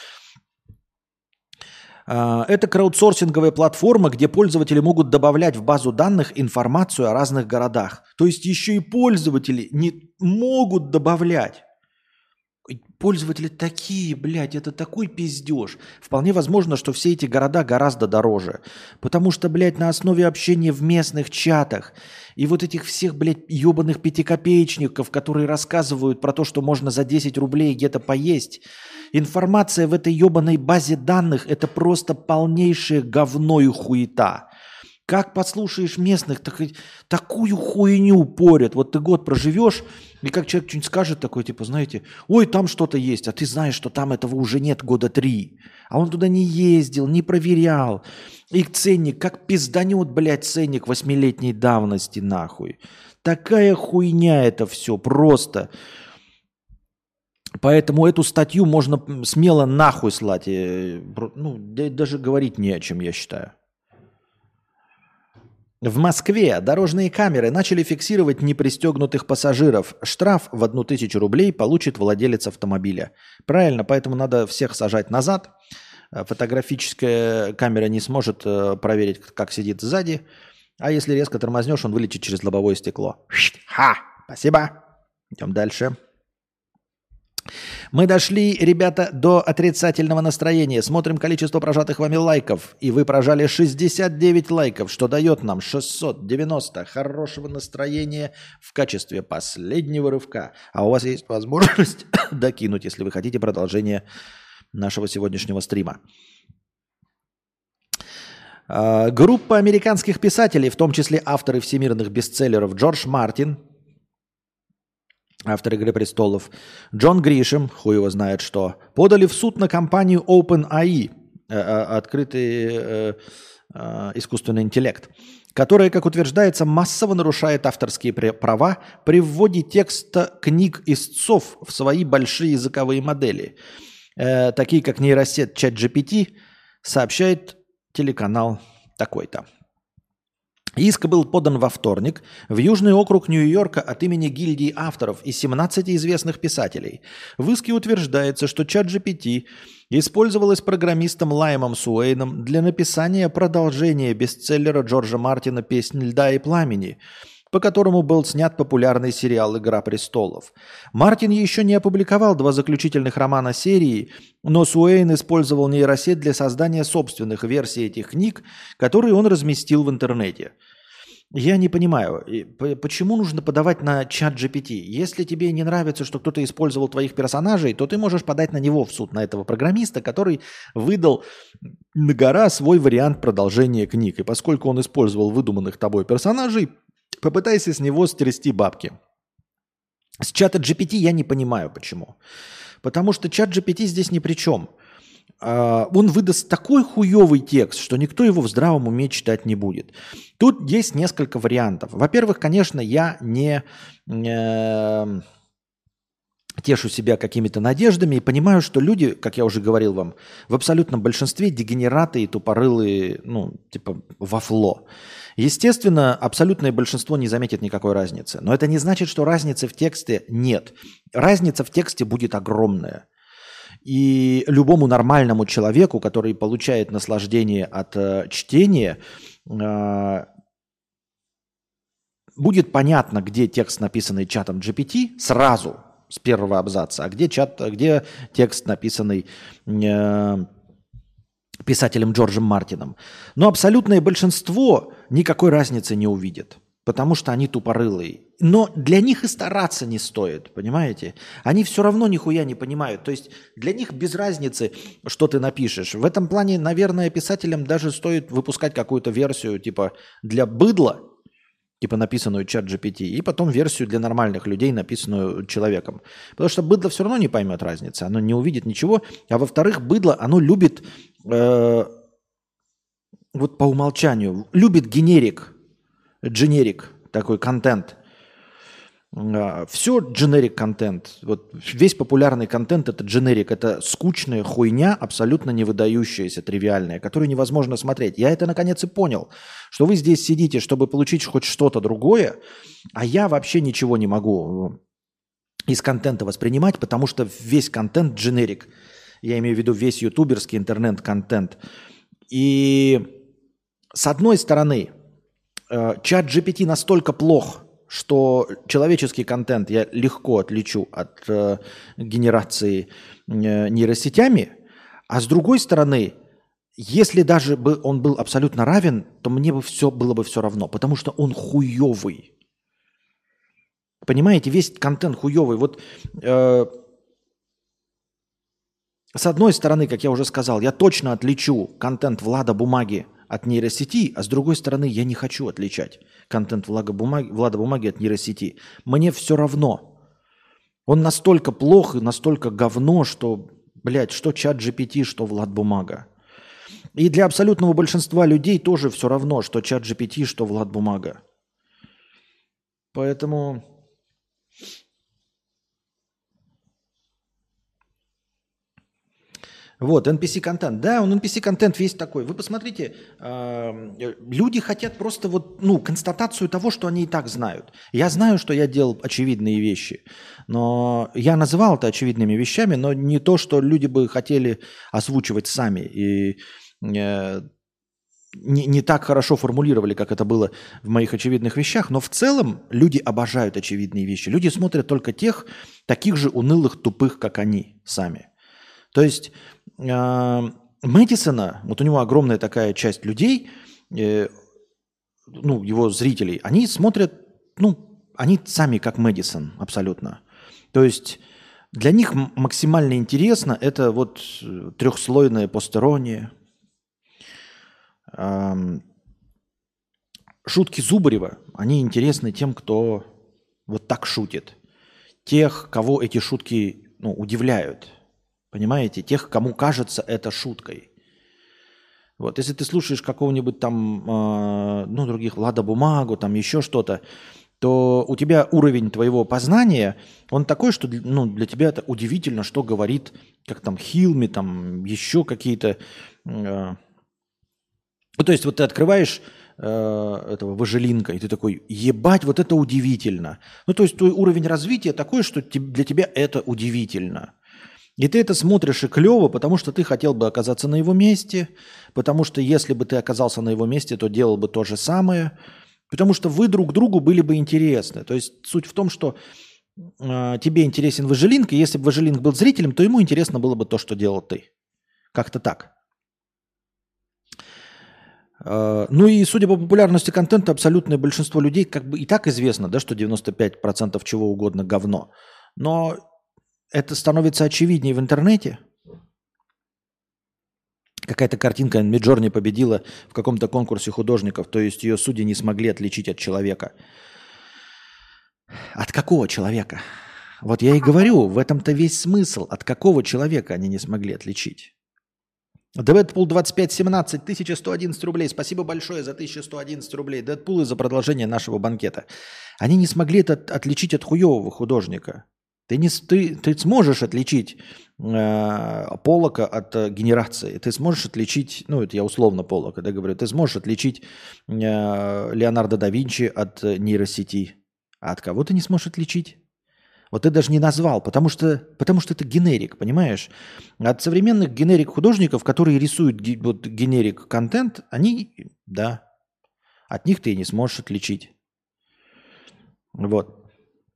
Это краудсорсинговая платформа, где пользователи могут добавлять в базу данных информацию о разных городах. То есть еще и пользователи не могут добавлять. Пользователи такие, блядь, это такой пиздеж. Вполне возможно, что все эти города гораздо дороже. Потому что, блядь, на основе общения в местных чатах и вот этих всех, блядь, ебаных пятикопеечников, которые рассказывают про то, что можно за десять рублей где-то поесть, информация в этой ебаной базе данных – это просто полнейшее говно и хуета. Как послушаешь местных, так, такую хуйню порят. Вот ты год проживешь, и как человек что-нибудь скажет такой, типа, знаете, ой, там что-то есть, а ты знаешь, что там этого уже нет года три. А он туда не ездил, не проверял. И ценник, как пизданет, блядь, ценник восьмилетней давности, нахуй. Такая хуйня это все, просто. Поэтому эту статью можно смело нахуй слать. Ну, даже говорить не о чем, я считаю. В Москве дорожные камеры начали фиксировать непристегнутых пассажиров. Штраф в одну тысячу рублей получит владелец автомобиля. Правильно, поэтому надо всех сажать назад. Фотографическая камера не сможет проверить, как сидит сзади. А если резко тормознешь, он вылетит через лобовое стекло. Ха! Спасибо. Идем дальше. Мы дошли, ребята, до отрицательного настроения. Смотрим количество прожатых вами лайков. И вы прожали шестьдесят девять лайков, что дает нам шестьсот девяносто хорошего настроения в качестве последнего рывка. А у вас есть возможность докинуть, если вы хотите продолжение нашего сегодняшнего стрима. Группа американских писателей, в том числе авторы всемирных бестселлеров Джордж Мартин, автор «Игры престолов», Джон Гришем, хуй его знает что, подали в суд на компанию OpenAI, открытый искусственный интеллект, которая, как утверждается, массово нарушает авторские права при вводе текста книг истцов в свои большие языковые модели, такие как нейросеть ChatGPT, сообщает телеканал такой-то. Иск был подан во вторник в Южный округ Нью-Йорка от имени гильдии авторов и семнадцати известных писателей. В иске утверждается, что ChatGPT использовалась программистом Лаймом Суэйном для написания продолжения бестселлера Джорджа Мартина «Песнь льда и пламени», по которому был снят популярный сериал «Игра престолов». Мартин еще не опубликовал два заключительных романа серии, но Суэйн использовал нейросеть для создания собственных версий этих книг, которые он разместил в интернете. Я не понимаю, почему нужно подавать на чат джи пи ти? Если тебе не нравится, что кто-то использовал твоих персонажей, то ты можешь подать на него в суд, на этого программиста, который выдал на гора свой вариант продолжения книг. И поскольку он использовал выдуманных тобой персонажей, попытайся с него стрясти бабки. С чата джи пи ти я не понимаю, почему. Потому что чат джи пи ти здесь ни при чем. Он выдаст такой хуёвый текст, что никто его в здравом уме читать не будет. Тут есть несколько вариантов. Во-первых, конечно, я не э, тешу себя какими-то надеждами и понимаю, что люди, как я уже говорил вам, в абсолютном большинстве дегенераты и тупорылые, ну, типа вафло. Естественно, абсолютное большинство не заметит никакой разницы. Но это не значит, что разницы в тексте нет. Разница в тексте будет огромная. И любому нормальному человеку, который получает наслаждение от э, чтения, э, будет понятно, где текст, написанный чатом джи пи ти, сразу, с первого абзаца, а где, чат, где текст, написанный э, писателем Джорджем Мартином. Но абсолютное большинство никакой разницы не увидит, потому что они тупорылые. Но для них и стараться не стоит, понимаете? Они все равно нихуя не понимают. То есть для них без разницы, что ты напишешь. В этом плане, наверное, писателям даже стоит выпускать какую-то версию типа для быдла, типа написанную чат джи пи ти, и потом версию для нормальных людей, написанную человеком. Потому что быдло все равно не поймет разницы, оно не увидит ничего. А во-вторых, быдло, оно любит, э, вот по умолчанию, любит генерик, дженерик, такой контент. Все дженерик контент, вот весь популярный контент это дженерик, это скучная хуйня, абсолютно не выдающаяся, тривиальная, которую невозможно смотреть. Я это наконец и понял, что вы здесь сидите, чтобы получить хоть что-то другое, а я вообще ничего не могу из контента воспринимать, потому что весь контент дженерик. Я имею в виду весь ютуберский интернет-контент. И с одной стороны, чат джи пи ти настолько плох, что человеческий контент я легко отличу от э, генерации э, нейросетями, а с другой стороны, если даже бы он был абсолютно равен, то мне бы все было бы все равно, потому что он хуёвый. Понимаете, весь контент хуёвый. Вот э, с одной стороны, как я уже сказал, я точно отличу контент Влада Бумаги от нейросети, а с другой стороны, я не хочу отличать контент Влада Бумаги, Влада Бумаги от нейросети. Мне все равно. Он настолько плох и настолько говно, что, блядь, что чат джи пи ти, что Влад Бумага. И для абсолютного большинства людей тоже все равно, что чат джи пи ти, что Влад Бумага. Поэтому... Вот, эн пи си-контент. Да, он эн пи си-контент весь такой. Вы посмотрите, э, люди хотят просто вот, ну, констатацию того, что они и так знают. Я знаю, что я делал очевидные вещи, но я называл это очевидными вещами, но не то, что люди бы хотели озвучивать сами. И э, не, не так хорошо формулировали, как это было в моих очевидных вещах, но в целом люди обожают очевидные вещи. Люди смотрят только тех, таких же унылых, тупых, как они сами. То есть э, Мэдисона, вот у него огромная такая часть людей, э, ну, его зрителей, они смотрят, ну, они сами как Мэдисон абсолютно. То есть для них м- максимально интересно это вот э, трехслойная постерония, эм, шутки Зубарева, они интересны тем, кто вот так шутит. Тех, кого эти шутки, ну, удивляют. Понимаете? Тех, кому кажется это шуткой. Вот, если ты слушаешь какого-нибудь там, э, ну, других, Лада Бумагу, там еще что-то, то у тебя уровень твоего познания, он такой, что для- ну, для тебя это удивительно, что говорит, как там Хилми, там еще какие-то... э, ну, то есть вот ты открываешь э, этого Важелинка, и ты такой, ебать, вот это удивительно. Ну, то есть твой уровень развития такой, что теб- для тебя это удивительно. И ты это смотришь и клево, потому что ты хотел бы оказаться на его месте, потому что если бы ты оказался на его месте, то делал бы то же самое, потому что вы друг другу были бы интересны. То есть суть в том, что э, тебе интересен Важелинк, и если бы Важелинк был зрителем, то ему интересно было бы то, что делал ты. Как-то так. Э, Ну и судя по популярности контента, абсолютное большинство людей как бы и так известно, да, что девяносто пять процентов чего угодно говно. Но это становится очевиднее в интернете. Какая-то картинка Миджорни победила в каком-то конкурсе художников, то есть ее судьи не смогли отличить от человека. От какого человека? Вот я и говорю, в этом-то весь смысл. От какого человека они не смогли отличить? Дэдпул двадцать пять семнадцать, тысяча сто одиннадцать рублей. Спасибо большое за тысячу сто одиннадцать рублей. Дэдпул из-за продолжения нашего банкета. Они не смогли это отличить от хуевого художника. Ты, не, с- ты, ты сможешь отличить э, Полока от э, генерации. Ты сможешь отличить, ну это я условно Полока, да, говорю, ты сможешь отличить э, Леонардо да Винчи от э, нейросети. А от кого ты не сможешь отличить? Вот ты даже не назвал, потому что, потому что это генерик, понимаешь? От современных генерик-художников, которые рисуют ге- вот, генерик-контент, они, да, от них ты и не сможешь отличить. Вот.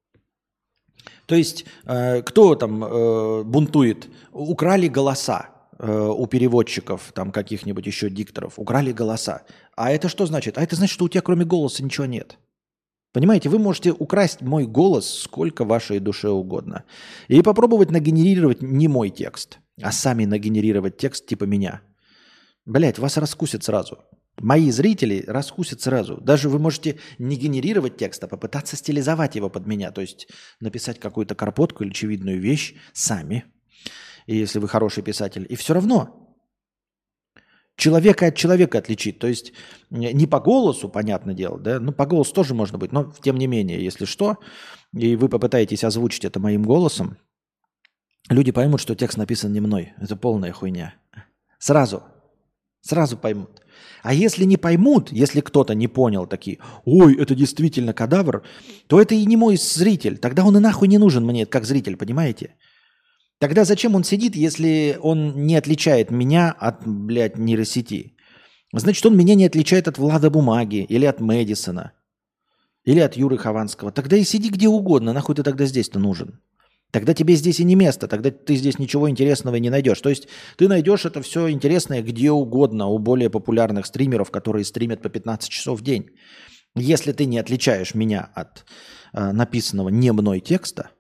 То есть, э, кто там э, бунтует? Украли голоса э, у переводчиков, там каких-нибудь еще дикторов. Украли голоса. А это что значит? А это значит, что у тебя кроме голоса ничего нет. Понимаете, вы можете украсть мой голос сколько вашей душе угодно. И попробовать нагенерировать не мой текст, а сами нагенерировать текст типа меня. Блять, вас раскусят сразу. Мои зрители раскусят сразу. Даже вы можете не генерировать текст, а попытаться стилизовать его под меня. То есть написать какую-то карпотку или очевидную вещь сами. И если вы хороший писатель. И все равно человека от человека отличить. То есть не не по голосу, понятное дело, да, ну по голосу тоже можно быть, но тем не менее, если что, и вы попытаетесь озвучить это моим голосом, люди поймут, что текст написан не мной. Это полная хуйня. Сразу. Сразу поймут. А если не поймут, если кто-то не понял, такие, ой, это действительно кадавр, то это и не мой зритель. Тогда он и нахуй не нужен мне, как зритель, понимаете? Тогда зачем он сидит, если он не отличает меня от, блядь, нейросети? Значит, он меня не отличает от Влада Бумаги или от Мэдисона, или от Юры Хованского. Тогда и сиди где угодно, нахуй ты тогда здесь-то нужен? Тогда тебе здесь и не место, тогда ты здесь ничего интересного не найдешь. То есть ты найдешь это все интересное где угодно у более популярных стримеров, которые стримят по пятнадцать часов в день. Если ты не отличаешь меня от э, написанного не мной текста,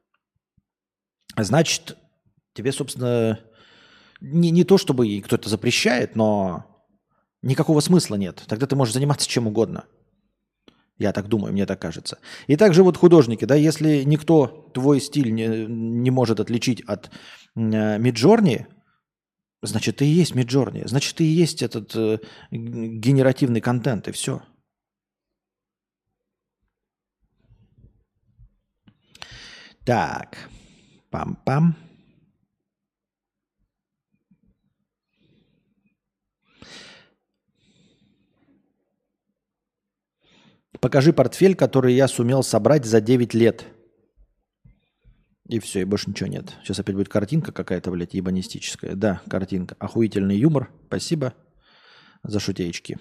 значит, тебе, собственно, не, не то чтобы и кто-то запрещает, но никакого смысла нет. Тогда ты можешь заниматься чем угодно. Я так думаю, мне так кажется. И также вот художники, да, если никто твой стиль не, не может отличить от э, Миджорни, значит, ты и есть Миджорни, значит, ты и есть этот э, г- генеративный контент, и все. Так, пам-пам. Покажи портфель, который я сумел собрать за девять лет. И все, и больше ничего нет. Сейчас опять будет картинка какая-то, блядь, ебанистическая. Да, картинка. Охуительный юмор. Спасибо за шутеечки.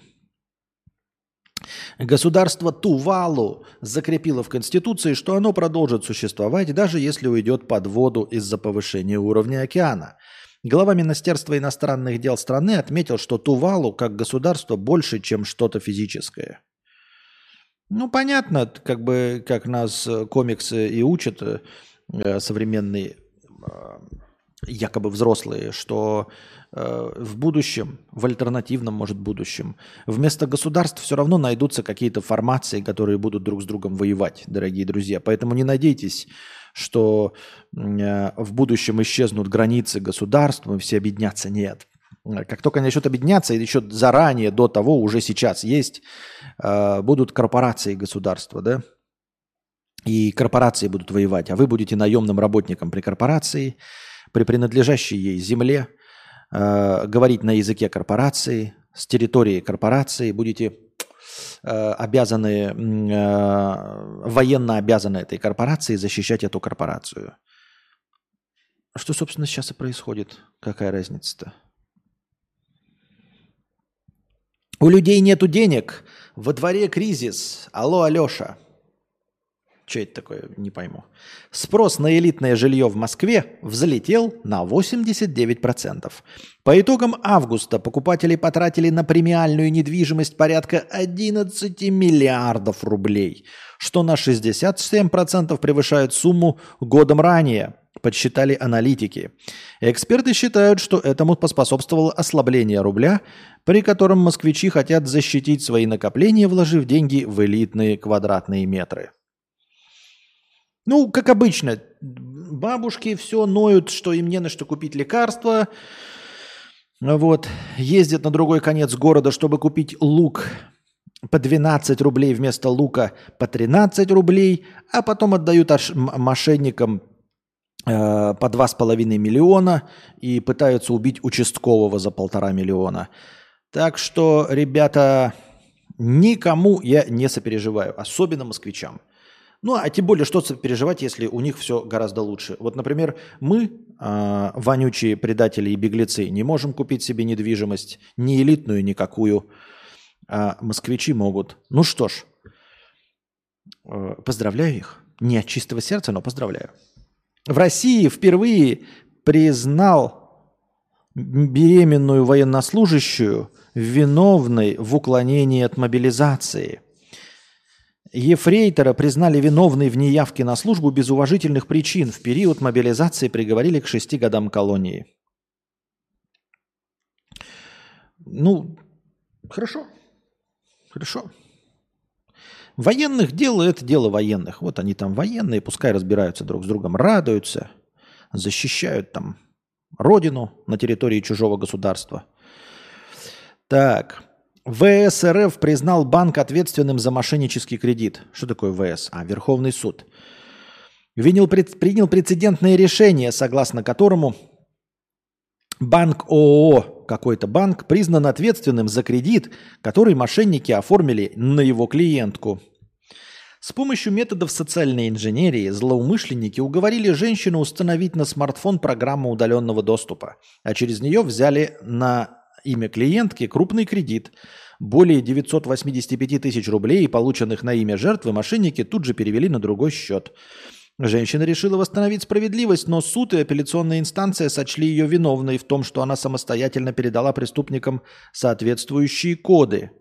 Государство Тувалу закрепило в Конституции, что оно продолжит существовать, даже если уйдет под воду из-за повышения уровня океана. Глава Министерства иностранных дел страны отметил, что Тувалу как государство больше, чем что-то физическое. Ну, понятно, как бы, как нас комиксы и учат э, современные э, якобы взрослые, что э, в будущем, в альтернативном, может, будущем, вместо государств все равно найдутся какие-то формации, которые будут друг с другом воевать, дорогие друзья. Поэтому не надейтесь, что э, в будущем исчезнут границы государств, и все объединятся. Нет. Как только они начнут объединяться, и еще заранее, до того, уже сейчас есть, э, будут корпорации государства, да? И корпорации будут воевать, а вы будете наемным работником при корпорации, при принадлежащей ей земле, э, говорить на языке корпорации, с территории корпорации, будете э, обязаны, э, военно обязаны этой корпорации защищать эту корпорацию. Что, собственно, сейчас и происходит? Какая разница-то? У людей нету денег, во дворе кризис. Алло, Алеша. Что это такое, не пойму. Спрос на элитное жилье в Москве взлетел на восемьдесят девять процентов. По итогам августа покупатели потратили на премиальную недвижимость порядка одиннадцать миллиардов рублей, что на шестьдесят семь процентов превышает сумму годом ранее, подсчитали аналитики. Эксперты считают, что этому поспособствовало ослабление рубля, при котором москвичи хотят защитить свои накопления, вложив деньги в элитные квадратные метры. Ну, как обычно, бабушки все ноют, что им не на что купить лекарства. Вот. Ездят на другой конец города, чтобы купить лук по двенадцать рублей вместо лука по тринадцать рублей, а потом отдают аж мошенникам э, по два с половиной миллиона и пытаются убить участкового за полтора миллиона. Так что, ребята, никому я не сопереживаю, особенно москвичам. Ну, а тем более, что переживать, если у них все гораздо лучше. Вот, например, мы, э, вонючие предатели и беглецы, не можем купить себе недвижимость, ни элитную, никакую. А москвичи могут. Ну что ж, э, поздравляю их. Не от чистого сердца, но поздравляю. В России впервые признал беременную военнослужащую виновной в уклонении от мобилизации. Ефрейтора признали виновной в неявке на службу без уважительных причин. В период мобилизации приговорили к шести годам колонии. Ну, хорошо. Хорошо. Военных дело – это дело военных. Вот они там военные, пускай разбираются друг с другом, радуются, защищают там родину на территории чужого государства. Так. ВС РФ признал банк ответственным за мошеннический кредит. Что такое ВС? А, Верховный суд. Винил, принял прецедентное решение, согласно которому банк ООО, какой-то банк, признан ответственным за кредит, который мошенники оформили на его клиентку. С помощью методов социальной инженерии злоумышленники уговорили женщину установить на смартфон программу удаленного доступа, а через нее взяли на имя клиентки крупный кредит. Более девятьсот восемьдесят пять тысяч рублей, полученных на имя жертвы, мошенники тут же перевели на другой счет. Женщина решила восстановить справедливость, но суд и апелляционная инстанция сочли ее виновной в том, что она самостоятельно передала преступникам соответствующие коды.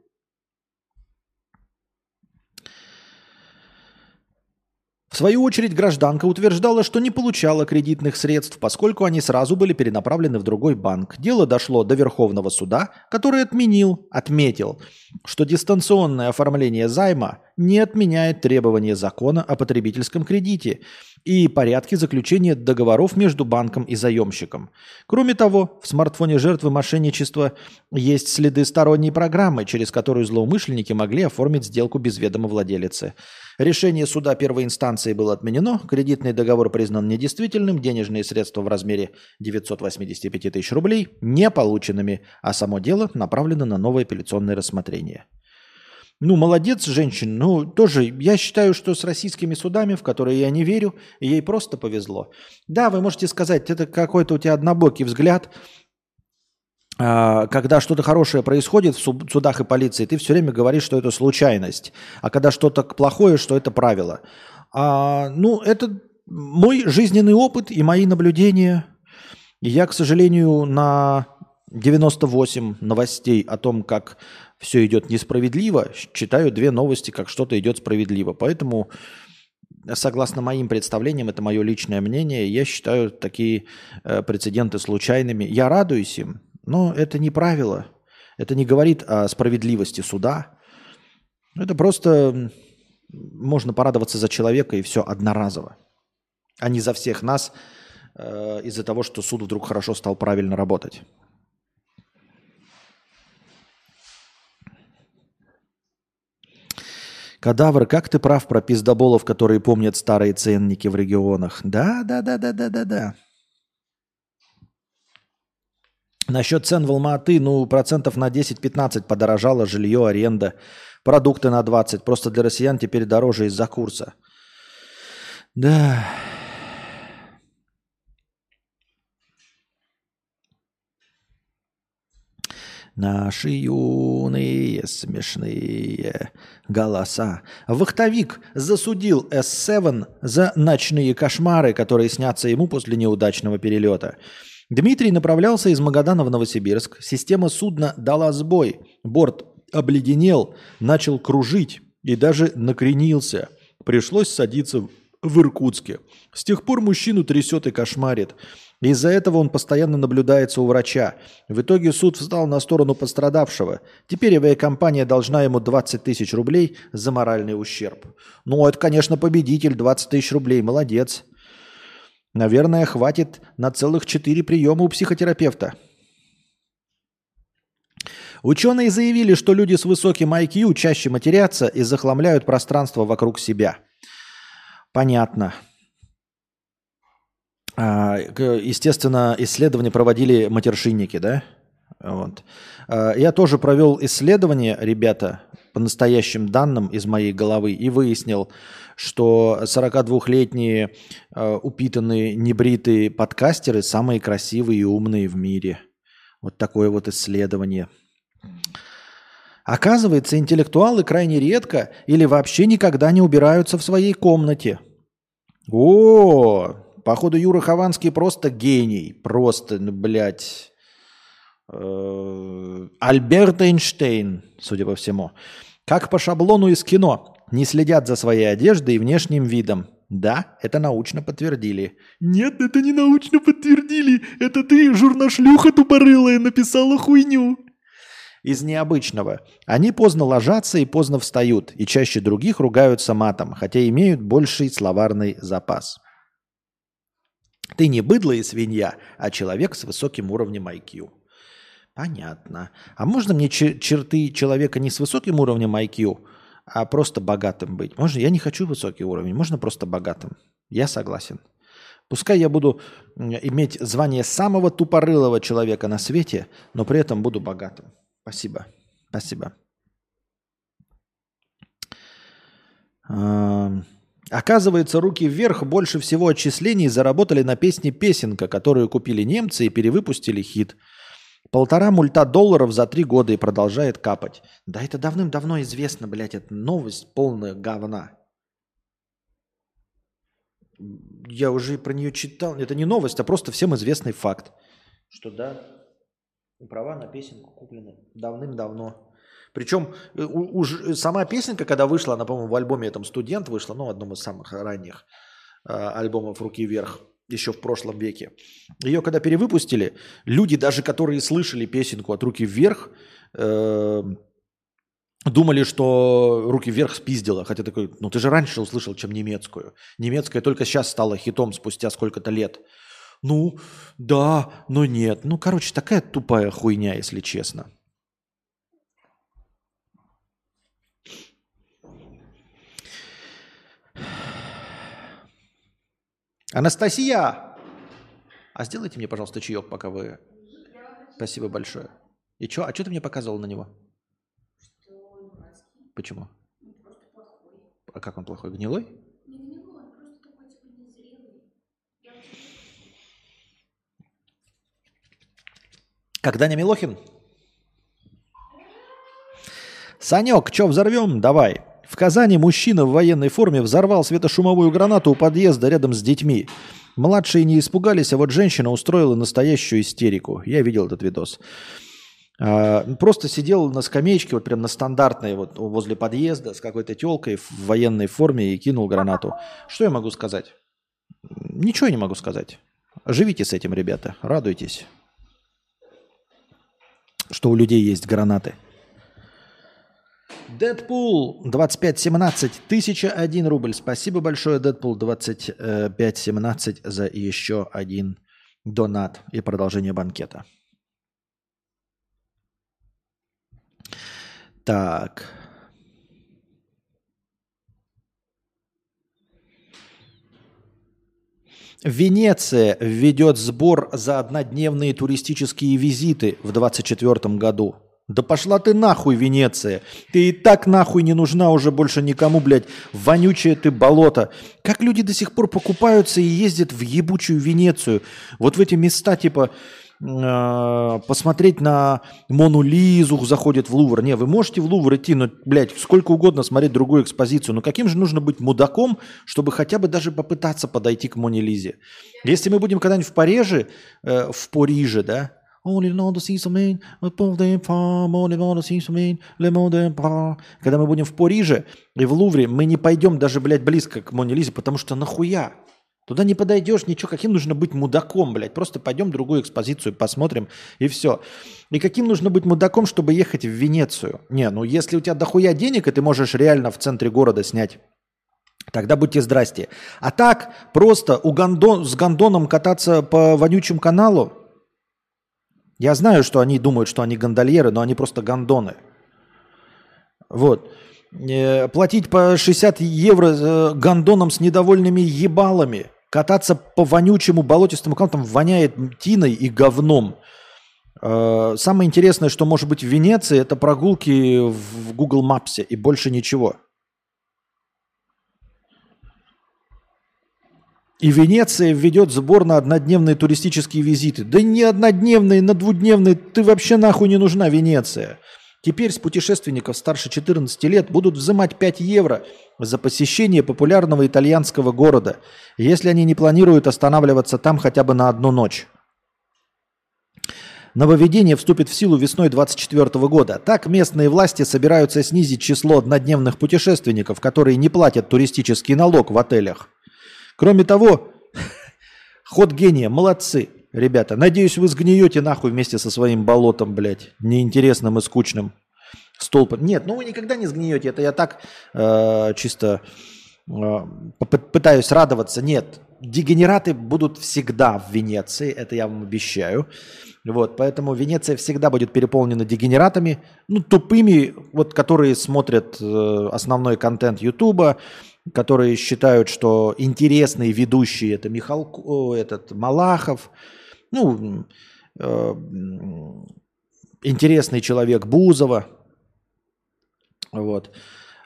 В свою очередь, гражданка утверждала, что не получала кредитных средств, поскольку они сразу были перенаправлены в другой банк. Дело дошло до Верховного суда, который отменил, отметил, что дистанционное оформление займа не отменяет требования закона о потребительском кредите и порядке заключения договоров между банком и заемщиком. Кроме того, в смартфоне жертвы мошенничества есть следы сторонней программы, через которую злоумышленники могли оформить сделку без ведома владелицы. Решение суда первой инстанции было отменено, кредитный договор признан недействительным, денежные средства в размере девятьсот восемьдесят пять тысяч рублей не полученными, а само дело направлено на новое апелляционное рассмотрение. Ну, молодец, женщина. Ну, тоже, я считаю, что с российскими судами, в которые я не верю, ей просто повезло. Да, вы можете сказать, это какой-то у тебя однобокий взгляд. А, когда что-то хорошее происходит в суд- судах и полиции, ты все время говоришь, что это случайность. А когда что-то плохое, что это правило. А, ну, это мой жизненный опыт и мои наблюдения. И я, к сожалению, на девяносто восемь новостей о том, как все идет несправедливо, читаю две новости, как что-то идет справедливо. Поэтому, согласно моим представлениям, это мое личное мнение, я считаю такие э, прецеденты случайными. Я радуюсь им, но это не правило. Это не говорит о справедливости суда. Это просто м, можно порадоваться за человека и все одноразово, а не за всех нас э, из-за того, что суд вдруг хорошо стал правильно работать. Кадавр, как ты прав про пиздоболов, которые помнят старые ценники в регионах. Да, да, да, да, да, да, да. Насчет цен в Алма-Аты, ну, процентов на десять-пятнадцать подорожало жилье, аренда, продукты на двадцать. Просто для россиян теперь дороже из-за курса. Да. Наши юные смешные голоса. Вахтовик засудил эс семь за ночные кошмары, которые снятся ему после неудачного перелета. Дмитрий направлялся из Магадана в Новосибирск. Система судна дала сбой. Борт обледенел, начал кружить и даже накренился. Пришлось садиться в Иркутске. С тех пор мужчину трясет и кошмарит. Из-за этого он постоянно наблюдается у врача. В итоге суд встал на сторону пострадавшего. Теперь авиакомпания должна ему двадцать тысяч рублей за моральный ущерб. Ну, это, конечно, победитель. двадцать тысяч рублей. Молодец. Наверное, хватит на целых четыре приема у психотерапевта. Ученые заявили, что люди с высоким ай кью чаще матерятся и захламляют пространство вокруг себя. Понятно. Естественно, исследования проводили матершинники, да? Вот. Я тоже провел исследование, ребята, по настоящим данным из моей головы, и выяснил, что сорокадвухлетние упитанные, небритые подкастеры самые красивые и умные в мире. Вот такое вот исследование. Оказывается, интеллектуалы крайне редко или вообще никогда не убираются в своей комнате. О, походу, Юра Хованский просто гений. Просто, ну, блядь. Э, Альберт Эйнштейн, судя по всему. Как по шаблону из кино. Не следят за своей одеждой и внешним видом. Да, это научно подтвердили. Нет, это не научно подтвердили. Это ты, журношлюха тупорылая, написала хуйню. Из необычного. Они поздно ложатся и поздно встают, и чаще других ругаются матом, хотя имеют больший словарный запас. Ты не быдло и свинья, а человек с высоким уровнем ай кью. Понятно. А можно мне чер- черты человека не с высоким уровнем ай кью, а просто богатым быть? Можно? Я не хочу высокий уровень, можно просто богатым. Я согласен. Пускай я буду иметь звание самого тупорылого человека на свете, но при этом буду богатым. Спасибо. Спасибо. Оказывается, руки вверх больше всего отчислений заработали на песне «Песенка», которую купили немцы и перевыпустили хит. Полтора мульта долларов за три года и продолжает капать. Да это давным-давно известно, блядь, это новость полная говна. Я уже про нее читал. Это не новость, а просто всем известный факт. Что да, права на песенку куплены давным-давно. Причем уж сама песенка, когда вышла, она, по-моему, в альбоме этом «Студент» вышла, ну, в одном из самых ранних э, альбомов «Руки вверх», еще в прошлом веке. Ее когда перевыпустили, люди, даже которые слышали песенку от «Руки вверх», э, думали, что «Руки вверх» спиздила. Хотя такой, ну ты же раньше услышал, чем немецкую. Немецкая только сейчас стала хитом спустя сколько-то лет. Ну, да, но нет. Ну, короче, такая тупая хуйня, если честно. Анастасия! А сделайте мне, пожалуйста, чаек, пока вы... Спасибо большое. И что? А что ты мне показывал на него? Почему? А как он плохой? Гнилой? Когда не Милохин? Санек, чё, взорвем? Давай. В Казани мужчина в военной форме взорвал светошумовую гранату у подъезда рядом с детьми. Младшие не испугались, а вот женщина устроила настоящую истерику. Я видел этот видос. А, просто сидел на скамеечке, вот прям на стандартной, вот возле подъезда с какой-то телкой в военной форме и кинул гранату. Что я могу сказать? Ничего я не могу сказать. Живите с этим, ребята, радуйтесь, что у людей есть гранаты. Дэдпул двадцать пять семнадцать, тысяча один рубль. Спасибо большое, Дэдпул двадцать пять семнадцать, за еще один донат и продолжение банкета. Так. Венеция введет сбор за однодневные туристические визиты в двадцать четвёртом году. Да пошла ты нахуй, Венеция. Ты и так нахуй не нужна уже больше никому, блядь. Вонючее ты болото. Как люди до сих пор покупаются и ездят в ебучую Венецию? Вот в эти места, типа, э, посмотреть на Мону Лизу, заходят в Лувр. Не, вы можете в Лувр идти, но, блядь, сколько угодно смотреть другую экспозицию. Но каким же нужно быть мудаком, чтобы хотя бы даже попытаться подойти к Моне Лизе? Если мы будем когда-нибудь в Париже, э, в Париже, да, когда мы будем в Париже и в Лувре, мы не пойдем даже, блядь, близко к Моне Лизе, потому что нахуя? Туда не подойдешь, ничего. Каким нужно быть мудаком, блядь? Просто пойдем другую экспозицию посмотрим и все. И каким нужно быть мудаком, чтобы ехать в Венецию? Не, ну если у тебя дохуя денег, и ты можешь реально в центре города снять, тогда будьте здрасте. А так просто у гондон, с гондоном кататься по вонючему каналу? Я знаю, что они думают, что они гондольеры, но они просто гондоны. Вот. Э, платить по шестьдесят евро э, гондоном с недовольными ебалами. Кататься по вонючему болотистому каналу, там воняет тиной и говном. Э, самое интересное, что может быть в Венеции, это прогулки в Google Maps и больше ничего. И Венеция введет сбор на однодневные туристические визиты. Да не однодневные, на двудневные. Ты вообще нахуй не нужна, Венеция. Теперь с путешественников старше четырнадцати лет будут взимать пять евро за посещение популярного итальянского города, если они не планируют останавливаться там хотя бы на одну ночь. Нововведение вступит в силу весной двадцать четвёртого года. Так местные власти собираются снизить число однодневных путешественников, которые не платят туристический налог в отелях. Кроме того, ход гения, молодцы, ребята. Надеюсь, вы сгниете нахуй вместе со своим болотом, блядь, неинтересным и скучным столпом. Нет, ну вы никогда не сгниете, это я так э, чисто э, пытаюсь радоваться. Нет, дегенераты будут всегда в Венеции, это я вам обещаю. Вот, поэтому Венеция всегда будет переполнена дегенератами, ну, тупыми, вот, которые смотрят э, основной контент Ютуба, которые считают, что интересные ведущие это Михалко, этот Малахов, ну, э, интересный человек Бузова. Вот.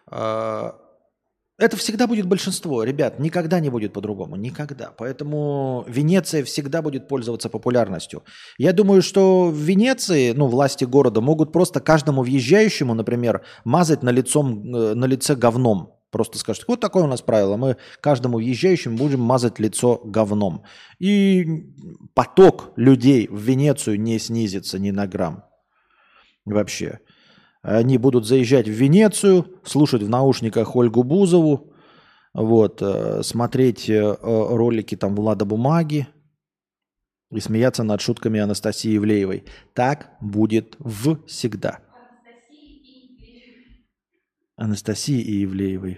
Это всегда будет большинство, ребят, никогда не будет по-другому, никогда. Поэтому Венеция всегда будет пользоваться популярностью. Я думаю, что в Венеции, ну, власти города могут просто каждому въезжающему, например, мазать на, лицом, на лице говном. Просто скажут, вот такое у нас правило, мы каждому въезжающему будем мазать лицо говном. И поток людей в Венецию не снизится ни на грамм. Вообще. Они будут заезжать в Венецию, слушать в наушниках Ольгу Бузову, вот, смотреть ролики там Влада Бумаги и смеяться над шутками Анастасии Ивлеевой. Так будет всегда. Анастасии и Ивлеевой.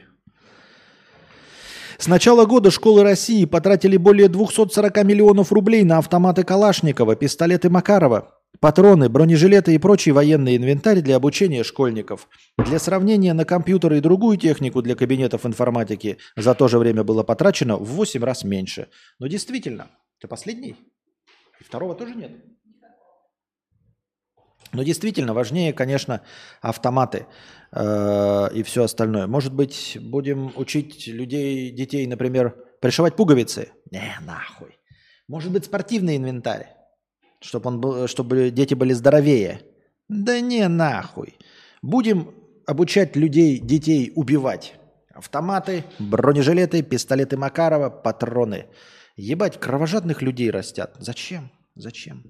С начала года школы России потратили более двести сорок миллионов рублей на автоматы Калашникова, пистолеты Макарова, патроны, бронежилеты и прочий военный инвентарь для обучения школьников. Для сравнения, на компьютеры и другую технику для кабинетов информатики за то же время было потрачено в восемь раз меньше. Но действительно, ты последний? И второго тоже нет? Но действительно важнее, конечно, автоматы э, и все остальное. Может быть, будем учить людей, детей, например, пришивать пуговицы? Не, нахуй. Может быть, спортивный инвентарь, чтобы, он был, чтобы дети были здоровее? Да не, нахуй. Будем обучать людей, детей убивать. Автоматы, бронежилеты, пистолеты Макарова, патроны. Ебать, кровожадных людей растят. Зачем? Зачем?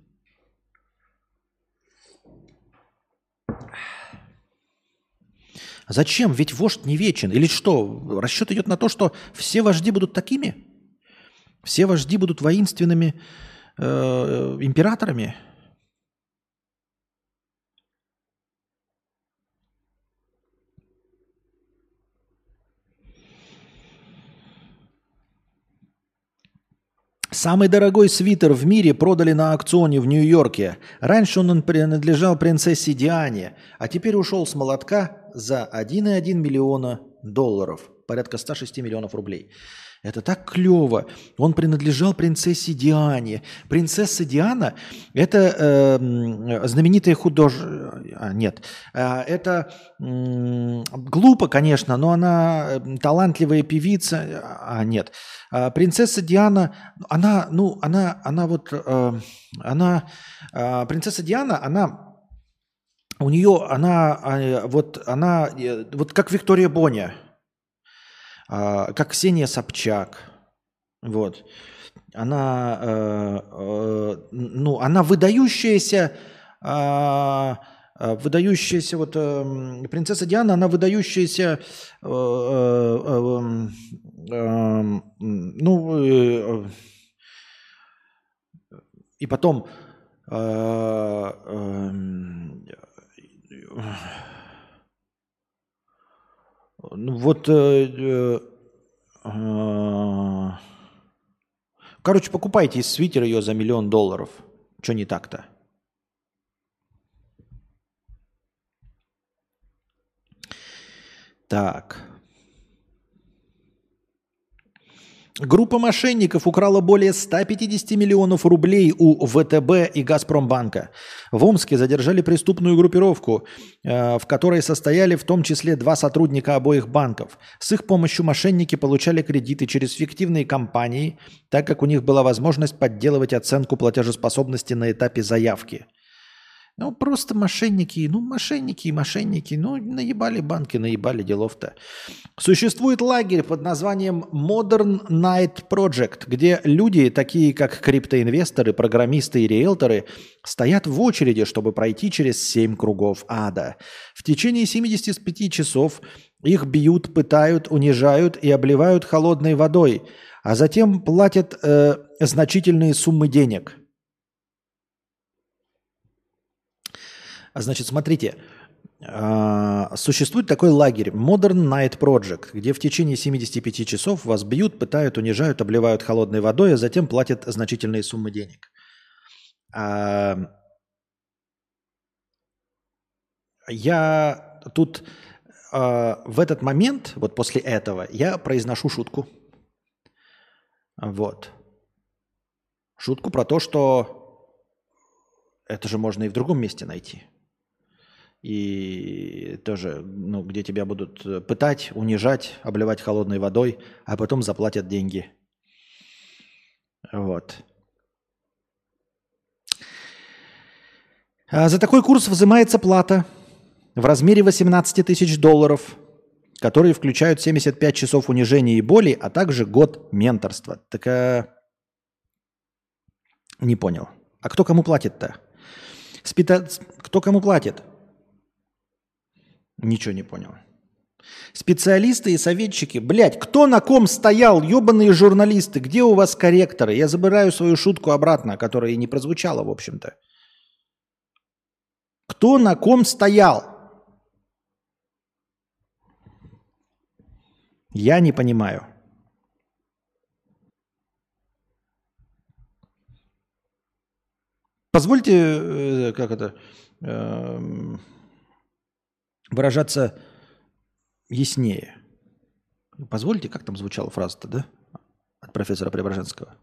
Зачем? Ведь вождь не вечен. Или что? Расчет идет на то, что все вожди будут такими? Все вожди будут воинственными э, императорами? Самый дорогой свитер в мире продали на аукционе в Нью-Йорке. Раньше он принадлежал принцессе Диане, а теперь ушел с молотка за один целых одна десятая миллиона долларов, порядка ста шести миллионов рублей. Это так клево. Он принадлежал принцессе Диане. Принцесса Диана – это э, знаменитая художница. А, нет. Э, это э, глупо, конечно, но она талантливая певица. А, нет. А, принцесса Диана, она, ну, она, она вот, э, она, э, принцесса Диана, она, у нее, она, э, вот, она, э, вот как Виктория Боня. А, как Ксения Собчак, вот, она, э, э, ну, она выдающаяся, э, выдающаяся, вот, э, принцесса Диана, она выдающаяся, э, э, э, э, ну, э, и потом, э, э, ну вот, э, э, короче, покупайте свитер ее за миллион долларов. Что не так-то? Так. Группа мошенников украла более ста пятидесяти миллионов рублей у ВТБ и Газпромбанка. В Омске задержали преступную группировку, э, в которой состояли в том числе два сотрудника обоих банков. С их помощью мошенники получали кредиты через фиктивные компании, так как у них была возможность подделывать оценку платежеспособности на этапе заявки. Ну, просто мошенники, ну, мошенники и мошенники, ну, наебали банки, наебали делов-то. Существует лагерь под названием Modern Night Project, где люди, такие как криптоинвесторы, программисты и риэлторы, стоят в очереди, чтобы пройти через семь кругов ада. В течение семидесяти пяти часов их бьют, пытают, унижают и обливают холодной водой, а затем платят э, значительные суммы денег. Значит, смотрите, существует такой лагерь Modern Night Project, где в течение семидесяти пяти часов вас бьют, пытают, унижают, обливают холодной водой, а затем платят значительные суммы денег. Я тут в этот момент, вот после этого, я произношу шутку. Вот. Шутку про то, что это же можно и в другом месте найти. И тоже, ну, где тебя будут пытать, унижать, обливать холодной водой, а потом заплатят деньги. Вот. А за такой курс взимается плата в размере восемнадцати тысяч долларов, которые включают семьдесят пять часов унижения и боли, а также год менторства. Так а... не понял. А кто кому платит-то? Спита... Кто кому платит? Ничего не понял. Специалисты и советчики. Блядь, кто на ком стоял? Ебаные журналисты. Где у вас корректоры? Я забираю свою шутку обратно, которая и не прозвучала, в общем-то. Кто на ком стоял? Я не понимаю. Позвольте, как это, выражаться яснее. Позвольте, как там звучала фраза-то, да? От профессора Преображенского.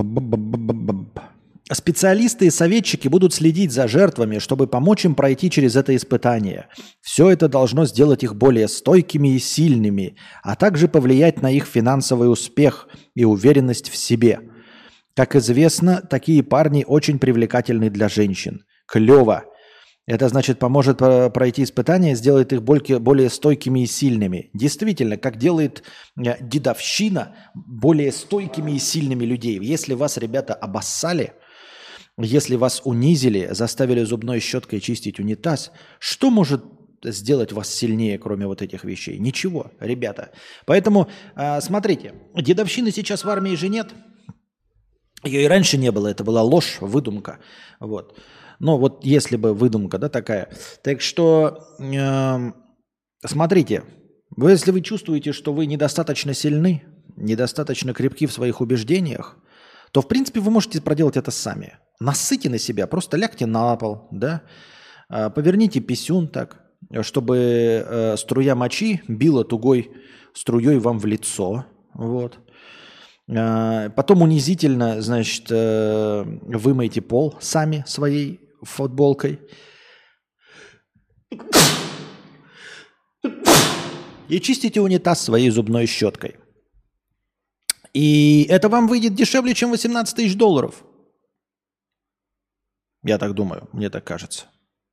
Б-б-б-б-б. Специалисты и советчики будут следить за жертвами, чтобы помочь им пройти через это испытание. Все это должно сделать их более стойкими и сильными, а также повлиять на их финансовый успех и уверенность в себе. Как известно, такие парни очень привлекательны для женщин. Клево. Это значит, поможет пройти испытание, сделает их более стойкими и сильными. Действительно, как делает дедовщина более стойкими и сильными людей. Если вас, ребята, обоссали, если вас унизили, заставили зубной щеткой чистить унитаз, что может сделать вас сильнее, кроме вот этих вещей? Ничего, ребята. Поэтому, смотрите, дедовщины сейчас в армии же нет. Ее и раньше не было, это была ложь, выдумка. Вот. Но вот если бы выдумка, да, такая. Так что, э, смотрите, вы, если вы чувствуете, что вы недостаточно сильны, недостаточно крепки в своих убеждениях, то, в принципе, вы можете проделать это сами. Насыте на себя, просто лягте на пол, да, э, поверните писюн так, чтобы э, струя мочи била тугой струей вам в лицо, вот. Потом унизительно, значит, вымойте пол сами своей футболкой. И чистите унитаз своей зубной щеткой. И это вам выйдет дешевле, чем восемнадцать тысяч долларов. Я так думаю, мне так кажется.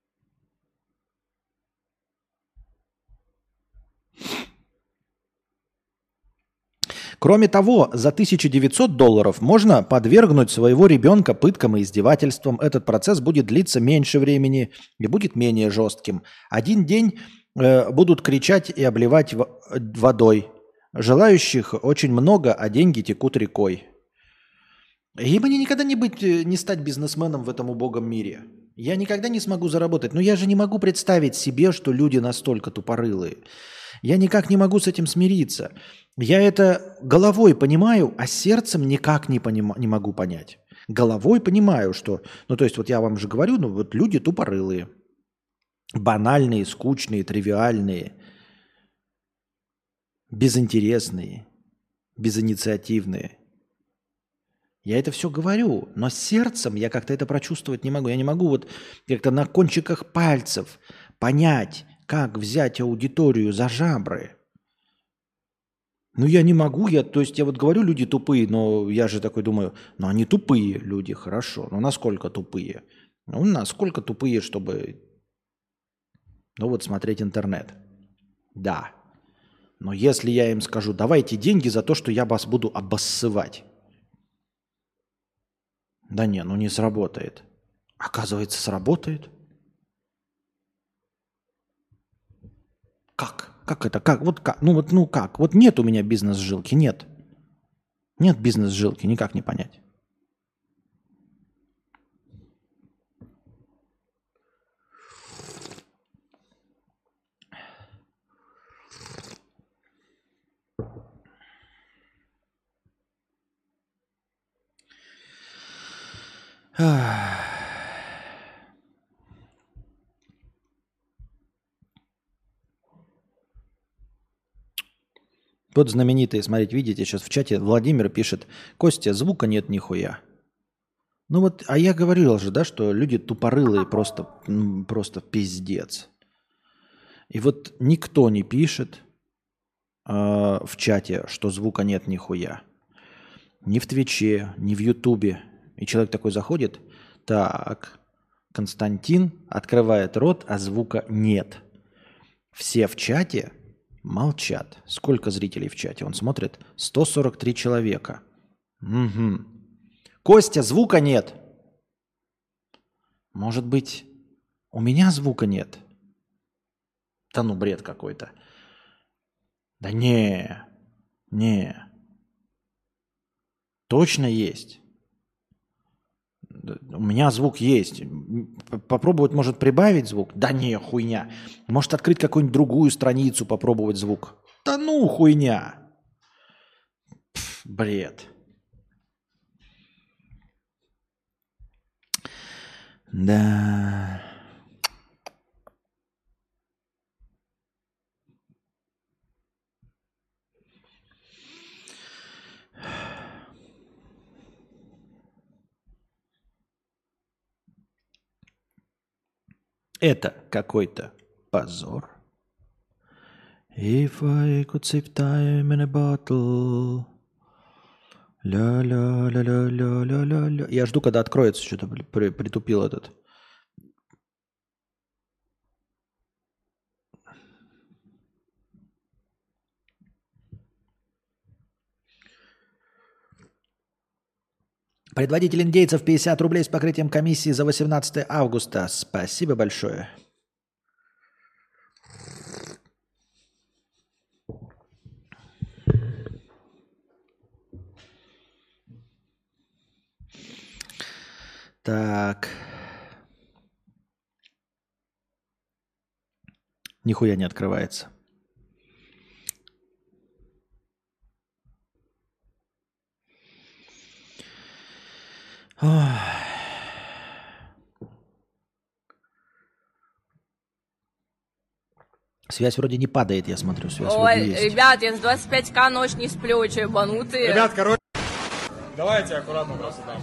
Кроме того, за тысячу девятьсот долларов можно подвергнуть своего ребенка пыткам и издевательствам. Этот процесс будет длиться меньше времени и будет менее жестким. Один день э, будут кричать и обливать в- водой. Желающих очень много, а деньги текут рекой. И мне никогда не быть, э, не стать бизнесменом в этом убогом мире. Я никогда не смогу заработать. Но я же не могу представить себе, что люди настолько тупорылые. Я никак не могу с этим смириться. Я это головой понимаю, а сердцем никак не, понима- не могу понять. Головой понимаю, что... Ну, то есть, вот я вам же говорю, ну, вот люди тупорылые. Банальные, скучные, тривиальные. Безинтересные. Безинициативные. Я это все говорю, но сердцем я как-то это прочувствовать не могу. Я не могу вот как-то на кончиках пальцев понять, как взять аудиторию за жабры. Ну, я не могу, я, то есть я вот говорю, люди тупые, но я же такой думаю, ну, они тупые люди, хорошо, но насколько тупые? Ну, насколько тупые, чтобы, ну, вот смотреть интернет. Да. Но если я им скажу, давайте деньги за то, что я вас буду обоссывать. Да не, ну не сработает. Оказывается, сработает. Как? Как это? Как? Вот как? Ну вот, ну как? Вот нет у меня бизнес-жилки, нет. Нет бизнес-жилки, никак не понять. Вот знаменитые, смотрите, видите, сейчас в чате Владимир пишет, Костя, звука нет нихуя. Ну вот, а я говорил же, да, что люди тупорылые просто, м, просто пиздец. И вот никто не пишет э, в чате, что звука нет нихуя. Ни в Твиче, ни в Ютубе. И человек такой заходит, так, Константин открывает рот, а звука нет. Все в чате молчат. Сколько зрителей в чате? Он смотрит. сто сорок три человека. Угу. Костя, звука нет. Может быть, у меня звука нет? Да ну, бред какой-то. Да не, не. Точно есть. У меня звук есть. Попробовать, может, прибавить звук? Да не, хуйня. Может, открыть какую-нибудь другую страницу, попробовать звук? Да ну, хуйня. Пф, бред. Да. Это какой-то позор. If I could save time in a bottle. Ля-ля-ля-ля-ля-ля-ля. Я жду, когда откроется. Что-то при- притупил этот. Предводитель индейцев пятьдесят рублей с покрытием комиссии за восемнадцатое августа. Спасибо большое. Так. Нихуя не открывается. Ох. Связь вроде не падает, я смотрю. Связь Ой, вроде есть. ребят, я с двадцать пять ка ночь не сплю, че, ебанутые? Ребят, короче, давайте аккуратно просто там.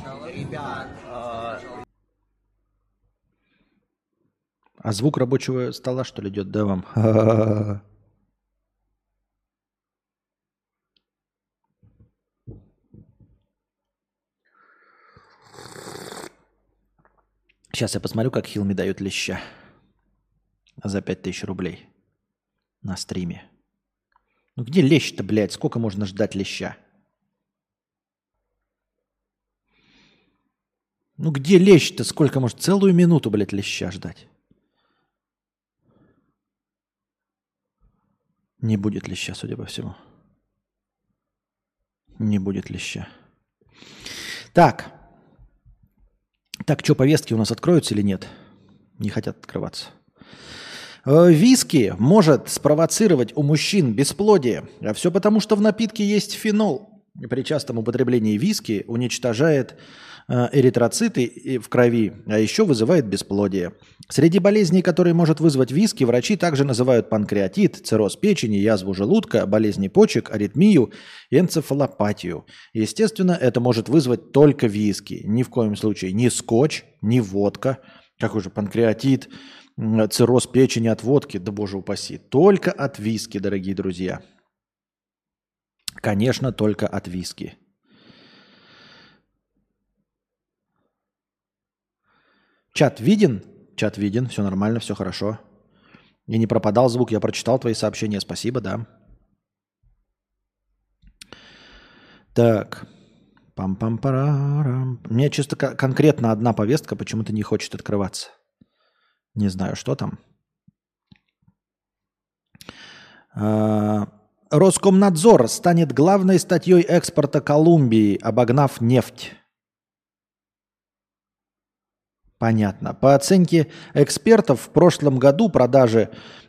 А звук рабочего стола, что ли, идет, да, вам? Сейчас я посмотрю, как Хилми дают леща за пять тысяч рублей на стриме. Ну где лещ-то, блядь? Сколько можно ждать леща? Ну где лещ-то? Сколько может? Целую минуту, блядь, леща ждать. Не будет леща, судя по всему. Не будет леща. Так. Так, что, повестки у нас откроются или нет? Не хотят открываться. Э, Виски может спровоцировать у мужчин бесплодие. А все потому, что в напитке есть фенол. При частом употреблении виски уничтожает э, эритроциты и- в крови, а еще вызывает бесплодие. Среди болезней, которые может вызвать виски, врачи также называют панкреатит, цирроз печени, язву желудка, болезни почек, аритмию и энцефалопатию. Естественно, это может вызвать только виски. Ни в коем случае ни скотч, ни водка. Какой же панкреатит, м, цирроз печени от водки, да боже упаси. Только от виски, дорогие друзья. Конечно, только от виски. Чат виден? Чат виден, все нормально, все хорошо. И не пропадал звук, я прочитал твои сообщения, спасибо, да. Так. Пам-пам-парам. Мне чисто ко- конкретно одна повестка почему-то не хочет открываться. Не знаю, что там. А, Роскомнадзор станет главной статьей экспорта Колумбии, обогнав нефть. Понятно. По оценке экспертов, в прошлом году продажи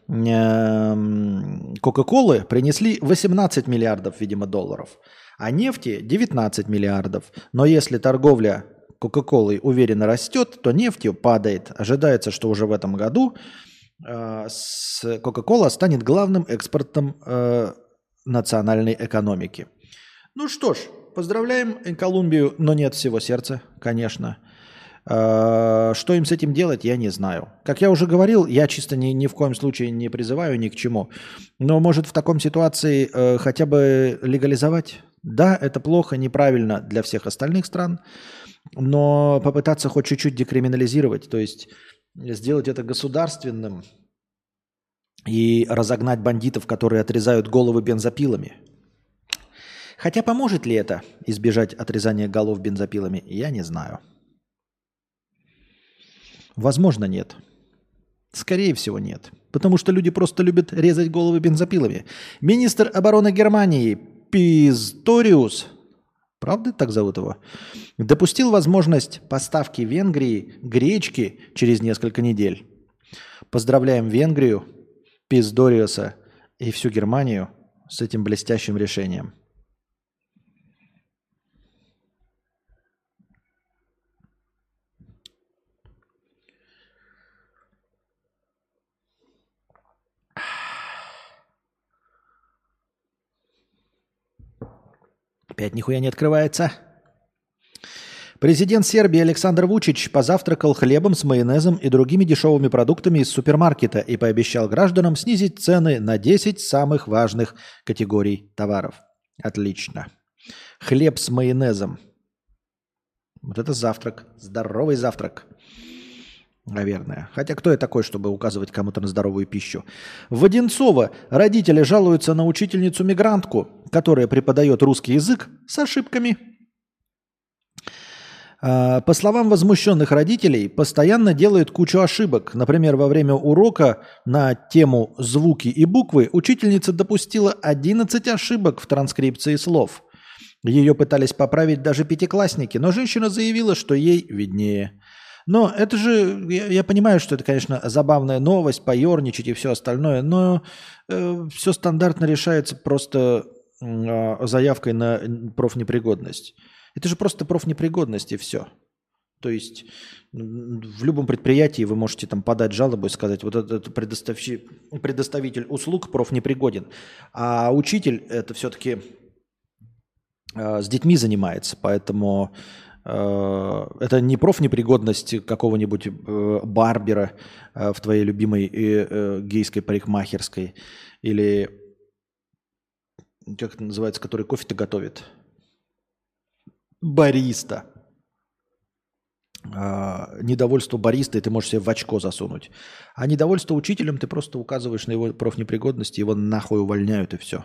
эм, Кока-Колы принесли восемнадцать миллиардов, видимо, долларов, а нефти девятнадцать миллиардов. Но если торговля Кока-Колой уверенно растет, то нефтью падает. Ожидается, что уже в этом году э, с- Кока-Кола станет главным экспортом э, национальной экономики. Ну что ж, поздравляем Колумбию, но нет всего сердца, конечно. Э, Что им с этим делать, я не знаю. Как я уже говорил, я чисто ни, ни в коем случае не призываю ни к чему. Но может в таком ситуации э, хотя бы легализовать? Да, это плохо, неправильно для всех остальных стран, но попытаться хоть чуть-чуть декриминализировать, то есть сделать это государственным и разогнать бандитов, которые отрезают головы бензопилами. Хотя поможет ли это избежать отрезания голов бензопилами, я не знаю. Возможно, нет. Скорее всего, нет. Потому что люди просто любят резать головы бензопилами. Министр обороны Германии Писториус, правда так зовут его, допустил возможность поставки Венгрии гречки через несколько недель. Поздравляем Венгрию, Писториуса и всю Германию с этим блестящим решением. Опять нихуя не открывается. Президент Сербии Александр Вучич позавтракал хлебом с майонезом и другими дешевыми продуктами из супермаркета и пообещал гражданам снизить цены на десять самых важных категорий товаров. Отлично. Хлеб с майонезом. Вот это завтрак. Здоровый завтрак. Наверное. Хотя кто я такой, чтобы указывать кому-то на здоровую пищу? В Одинцово родители жалуются на учительницу-мигрантку, которая преподает русский язык с ошибками. По словам возмущенных родителей, постоянно делает кучу ошибок. Например, во время урока на тему «Звуки и буквы» учительница допустила одиннадцать ошибок в транскрипции слов. Ее пытались поправить даже пятиклассники, но женщина заявила, что ей виднее. Но это же, я, я понимаю, что это, конечно, забавная новость, поерничать и все остальное, но э, все стандартно решается просто э, заявкой на профнепригодность. Это же просто профнепригодность и все. То есть в любом предприятии вы можете там подать жалобу и сказать, вот этот предоставитель услуг профнепригоден, а учитель это все-таки э, с детьми занимается, поэтому... Это не профнепригодность какого-нибудь э, барбера э, в твоей любимой э, э, гейской парикмахерской или, как это называется, который кофе-то готовит? Бариста. Э, недовольство бариста, и ты можешь себе в очко засунуть. А недовольство учителем ты просто указываешь на его профнепригодность, его нахуй увольняют и все.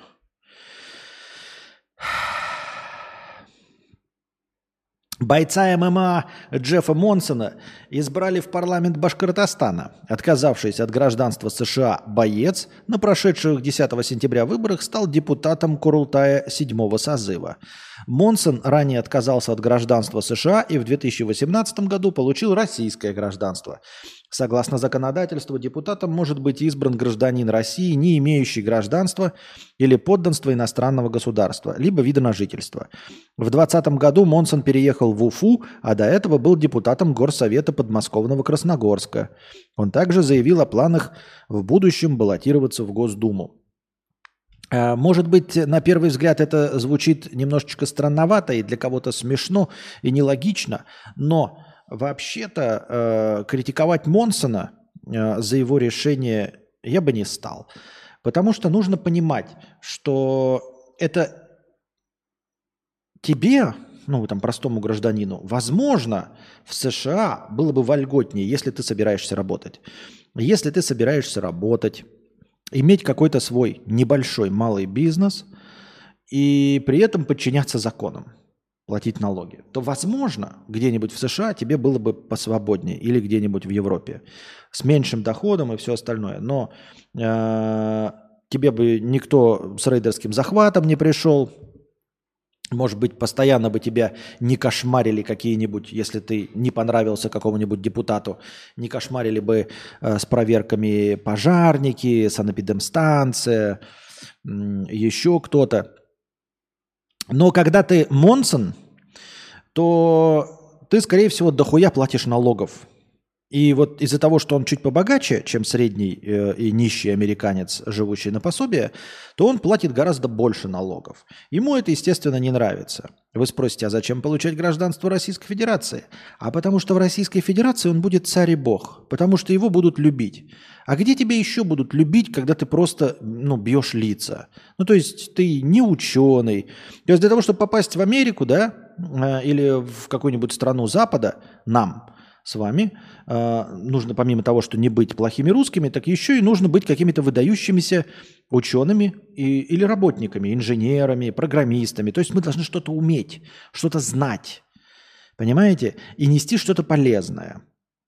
Бойца ММА Джеффа Монсона избрали в парламент Башкортостана. Отказавшийся от гражданства США боец на прошедших десятого сентября выборах стал депутатом Курултая седьмого созыва. Монсон ранее отказался от гражданства США и в две тысячи восемнадцатом году получил российское гражданство. Согласно законодательству, депутатом может быть избран гражданин России, не имеющий гражданства или подданства иностранного государства, либо вида на жительство. В двадцатом году Монсон переехал в Уфу, а до этого был депутатом Горсовета подмосковного Красногорска. Он также заявил о планах в будущем баллотироваться в Госдуму. Может быть, на первый взгляд это звучит немножечко странновато и для кого-то смешно и нелогично, но вообще-то э, критиковать Монсона э, за его решение я бы не стал. Потому что нужно понимать, что это тебе, ну, там, простому гражданину, возможно, в США было бы вольготнее, если ты собираешься работать. Если ты собираешься работать, иметь какой-то свой небольшой малый бизнес и при этом подчиняться законам, платить налоги, то, возможно, где-нибудь в США тебе было бы посвободнее или где-нибудь в Европе с меньшим доходом и все остальное. Но э, тебе бы никто с рейдерским захватом не пришел. Может быть, постоянно бы тебя не кошмарили какие-нибудь, если ты не понравился какому-нибудь депутату, не кошмарили бы э, с проверками пожарники, санэпидемстанция, э, еще кто-то. Но когда ты Монсон, то ты, скорее всего, дохуя платишь налогов. И вот из-за того, что он чуть побогаче, чем средний э, и нищий американец, живущий на пособие, то он платит гораздо больше налогов. Ему это, естественно, не нравится. Вы спросите, а зачем получать гражданство Российской Федерации? А потому что в Российской Федерации он будет царь и бог, потому что его будут любить. А где тебя еще будут любить, когда ты просто, ну, бьешь лица? Ну, то есть ты не ученый. То есть для того, чтобы попасть в Америку, да, э, или в какую-нибудь страну Запада, нам с вами э, нужно, помимо того, что не быть плохими русскими, так еще и нужно быть какими-то выдающимися учеными и, или работниками, инженерами, программистами. То есть мы должны что-то уметь, что-то знать, понимаете, и нести что-то полезное.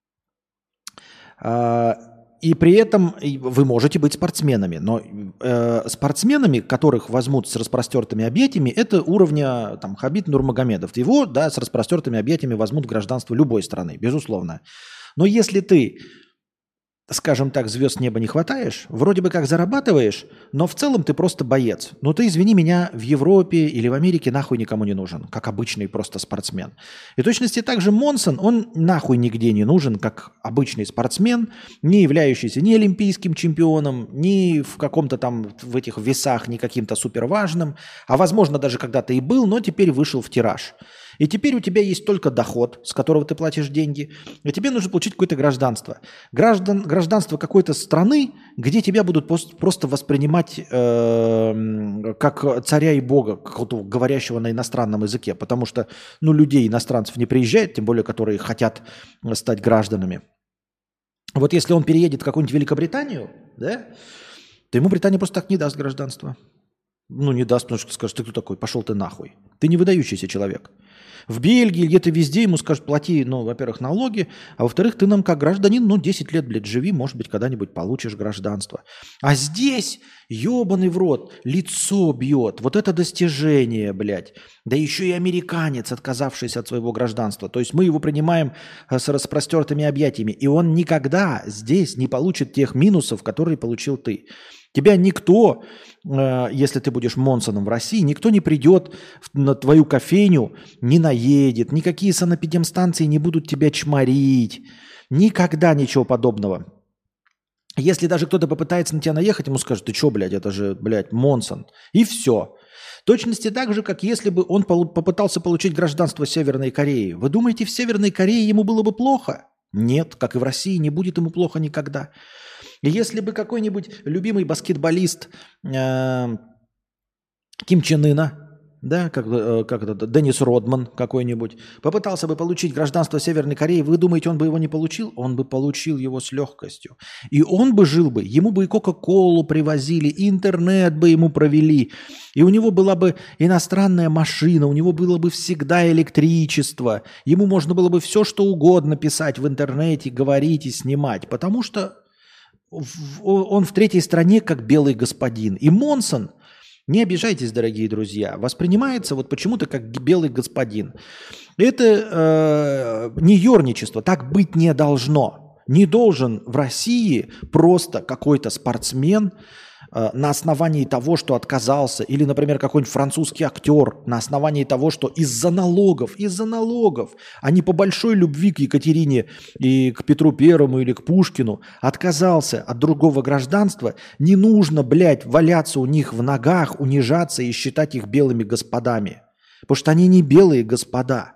Э, и при этом вы можете быть спортсменами, но э, спортсменами, которых возьмут с распростертыми объятиями, это уровня там, Хабиб Нурмагомедов. Его, да, с распростертыми объятиями возьмут в гражданство любой страны, безусловно. Но если ты, скажем так, звезд неба не хватаешь, вроде бы как зарабатываешь, но в целом ты просто боец. Но ты, извини меня, в Европе или в Америке нахуй никому не нужен, как обычный просто спортсмен. И в точности также Монсон, он нахуй нигде не нужен, как обычный спортсмен, не являющийся ни олимпийским чемпионом, ни в каком-то там в этих весах, ни каким-то суперважным, а возможно даже когда-то и был, но теперь вышел в тираж. И теперь у тебя есть только доход, с которого ты платишь деньги, и тебе нужно получить какое-то гражданство. Граждан, гражданство какой-то страны, где тебя будут пос- просто воспринимать э, как царя и бога, какого-то говорящего на иностранном языке, потому что ну, людей, иностранцев не приезжает, тем более, которые хотят стать гражданами. Вот если он переедет в какую-нибудь Великобританию, да, то ему Британия просто так не даст гражданство. Ну, не даст, потому что скажет, ты кто такой, пошел ты нахуй. Ты не выдающийся человек. В Бельгии, где-то везде ему скажут, плати, ну, во-первых, налоги, а во-вторых, ты нам как гражданин, ну, десять лет, блядь, живи, может быть, когда-нибудь получишь гражданство. А здесь, ебаный в рот, лицо бьет. Вот это достижение, блядь. Да еще и американец, отказавшийся от своего гражданства. То есть мы его принимаем с распростертыми объятиями, и он никогда здесь не получит тех минусов, которые получил ты. Тебя никто, э, если ты будешь Монсоном в России, никто не придет на твою кофейню, не наедет, никакие санэпидемстанции не будут тебя чморить. Никогда ничего подобного. Если даже кто-то попытается на тебя наехать, ему скажут, ты что, блядь, это же, блядь, Монсон. И все. В точности так же, как если бы он попытался получить гражданство Северной Кореи. Вы думаете, в Северной Корее ему было бы плохо? Нет, как и в России, не будет ему плохо никогда. И если бы какой-нибудь любимый баскетболист э, Ким Чен Ына, да, как, э, как это, Деннис Родман какой-нибудь, попытался бы получить гражданство Северной Кореи, вы думаете, он бы его не получил? Он бы получил его с легкостью. И он бы жил бы, ему бы и Кока-Колу привозили, и интернет бы ему провели, и у него была бы иностранная машина, у него было бы всегда электричество, ему можно было бы все, что угодно писать в интернете, говорить и снимать, потому что он в третьей стране как белый господин. И Монсон, не обижайтесь, дорогие друзья, воспринимается вот почему-то как белый господин. Это э, не ерничество, так быть не должно. Не должен в России просто какой-то спортсмен э, на основании того, что отказался, или, например, какой-нибудь французский актер на основании того, что из-за налогов, из-за налогов, а не по большой любви к Екатерине и к Петру Первому или к Пушкину, отказался от другого гражданства, не нужно, блядь, валяться у них в ногах, унижаться и считать их белыми господами. Потому что они не белые господа.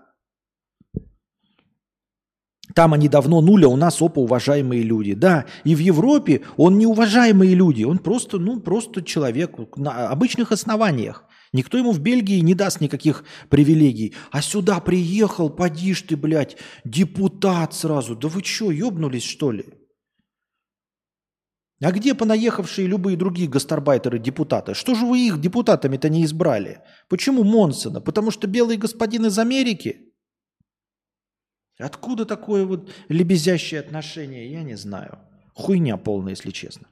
Там они давно нуля, у нас опа уважаемые люди. Да, и в Европе он не уважаемые люди, он просто, ну, просто человек на обычных основаниях. Никто ему в Бельгии не даст никаких привилегий. А сюда приехал, поди ж ты, блядь, депутат сразу. Да вы что, ебнулись, что ли? А где понаехавшие любые другие гастарбайтеры, депутаты? Что же вы их депутатами-то не избрали? Почему Монсона? Потому что белый господин из Америки? Откуда такое вот лебезящее отношение, я не знаю. Хуйня полная, если честно.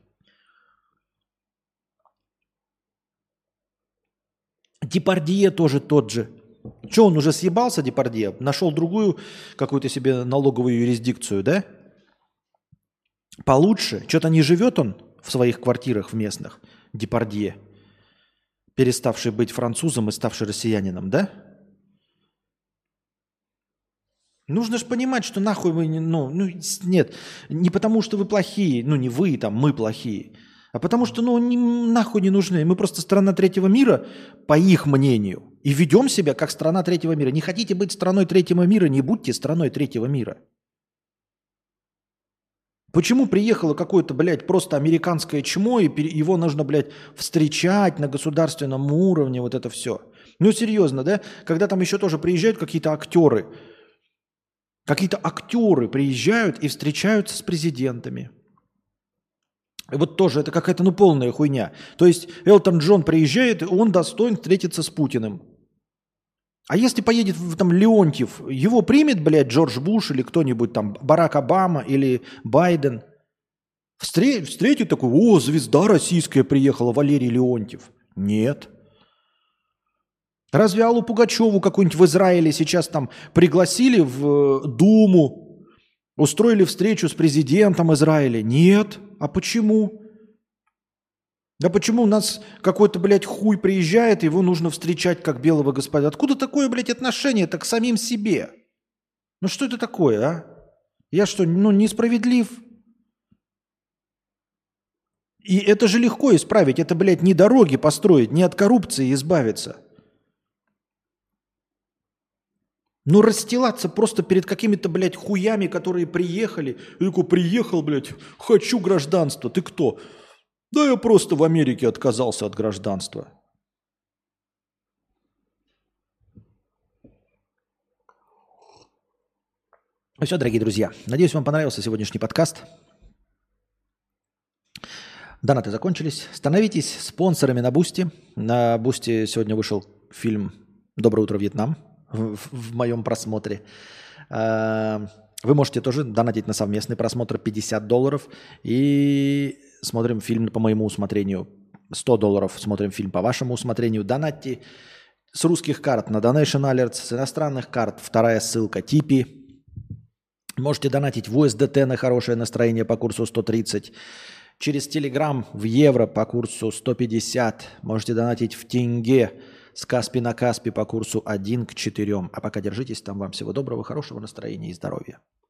Депардье тоже тот же. Че, он уже съебался, Депардье? Нашел другую какую-то себе налоговую юрисдикцию, да? Получше. Что-то не живет он в своих квартирах в местных, Депардье, переставший быть французом и ставший россиянином, да? Нужно же понимать, что нахуй вы, не, ну, ну, нет, не потому что вы плохие, ну, не вы, там, мы плохие, а потому что, ну, не, нахуй не нужны. Мы просто страна третьего мира, по их мнению, и ведем себя как страна третьего мира. Не хотите быть страной третьего мира, не будьте страной третьего мира. Почему приехало какое-то, блядь, просто американское чмо, и его нужно, блядь, встречать на государственном уровне, вот это все. Ну, серьезно, да? Когда там еще тоже приезжают какие-то актеры, Какие-то актеры приезжают и встречаются с президентами. И вот тоже это какая-то ну полная хуйня. То есть Элтон Джон приезжает, и он достоин встретиться с Путиным. А если поедет там Леонтьев, его примет, блядь, Джордж Буш или кто-нибудь там, Барак Обама или Байден? Встретит, встретит такой, о, звезда российская приехала, Валерий Леонтьев. Нет. Разве Аллу Пугачеву какую-нибудь в Израиле сейчас там пригласили в Думу, устроили встречу с президентом Израиля? Нет. А почему? Да почему у нас какой-то, блядь, хуй приезжает, его нужно встречать как белого господина? Откуда такое, блядь, отношение-то к самим себе? Ну что это такое, а? Я что, ну несправедлив? И это же легко исправить. Это, блядь, не дороги построить, не от коррупции избавиться. Ну, расстилаться просто перед какими-то, блядь, хуями, которые приехали. Я такой, приехал, блядь, хочу гражданство. Ты кто? Да я просто в Америке отказался от гражданства. Ну все, дорогие друзья. Надеюсь, вам понравился сегодняшний подкаст. Донаты закончились. Становитесь спонсорами на Бусти. На Бусти сегодня вышел фильм «Доброе утро, Вьетнам» в, в моем просмотре. Вы можете тоже донатить на совместный просмотр пятьдесят долларов. И смотрим фильм по моему усмотрению. сто долларов смотрим фильм по вашему усмотрению. Донатьте с русских карт на Donation Alerts, с иностранных карт. Вторая ссылка Типи. Можете донатить в ю эс ди ти на хорошее настроение по курсу сто тридцать. Через Telegram в евро по курсу сто пятьдесят. Можете донатить в тенге с Каспи на Каспи по курсу один к четырем. А пока держитесь там. Вам всего доброго, хорошего настроения и здоровья.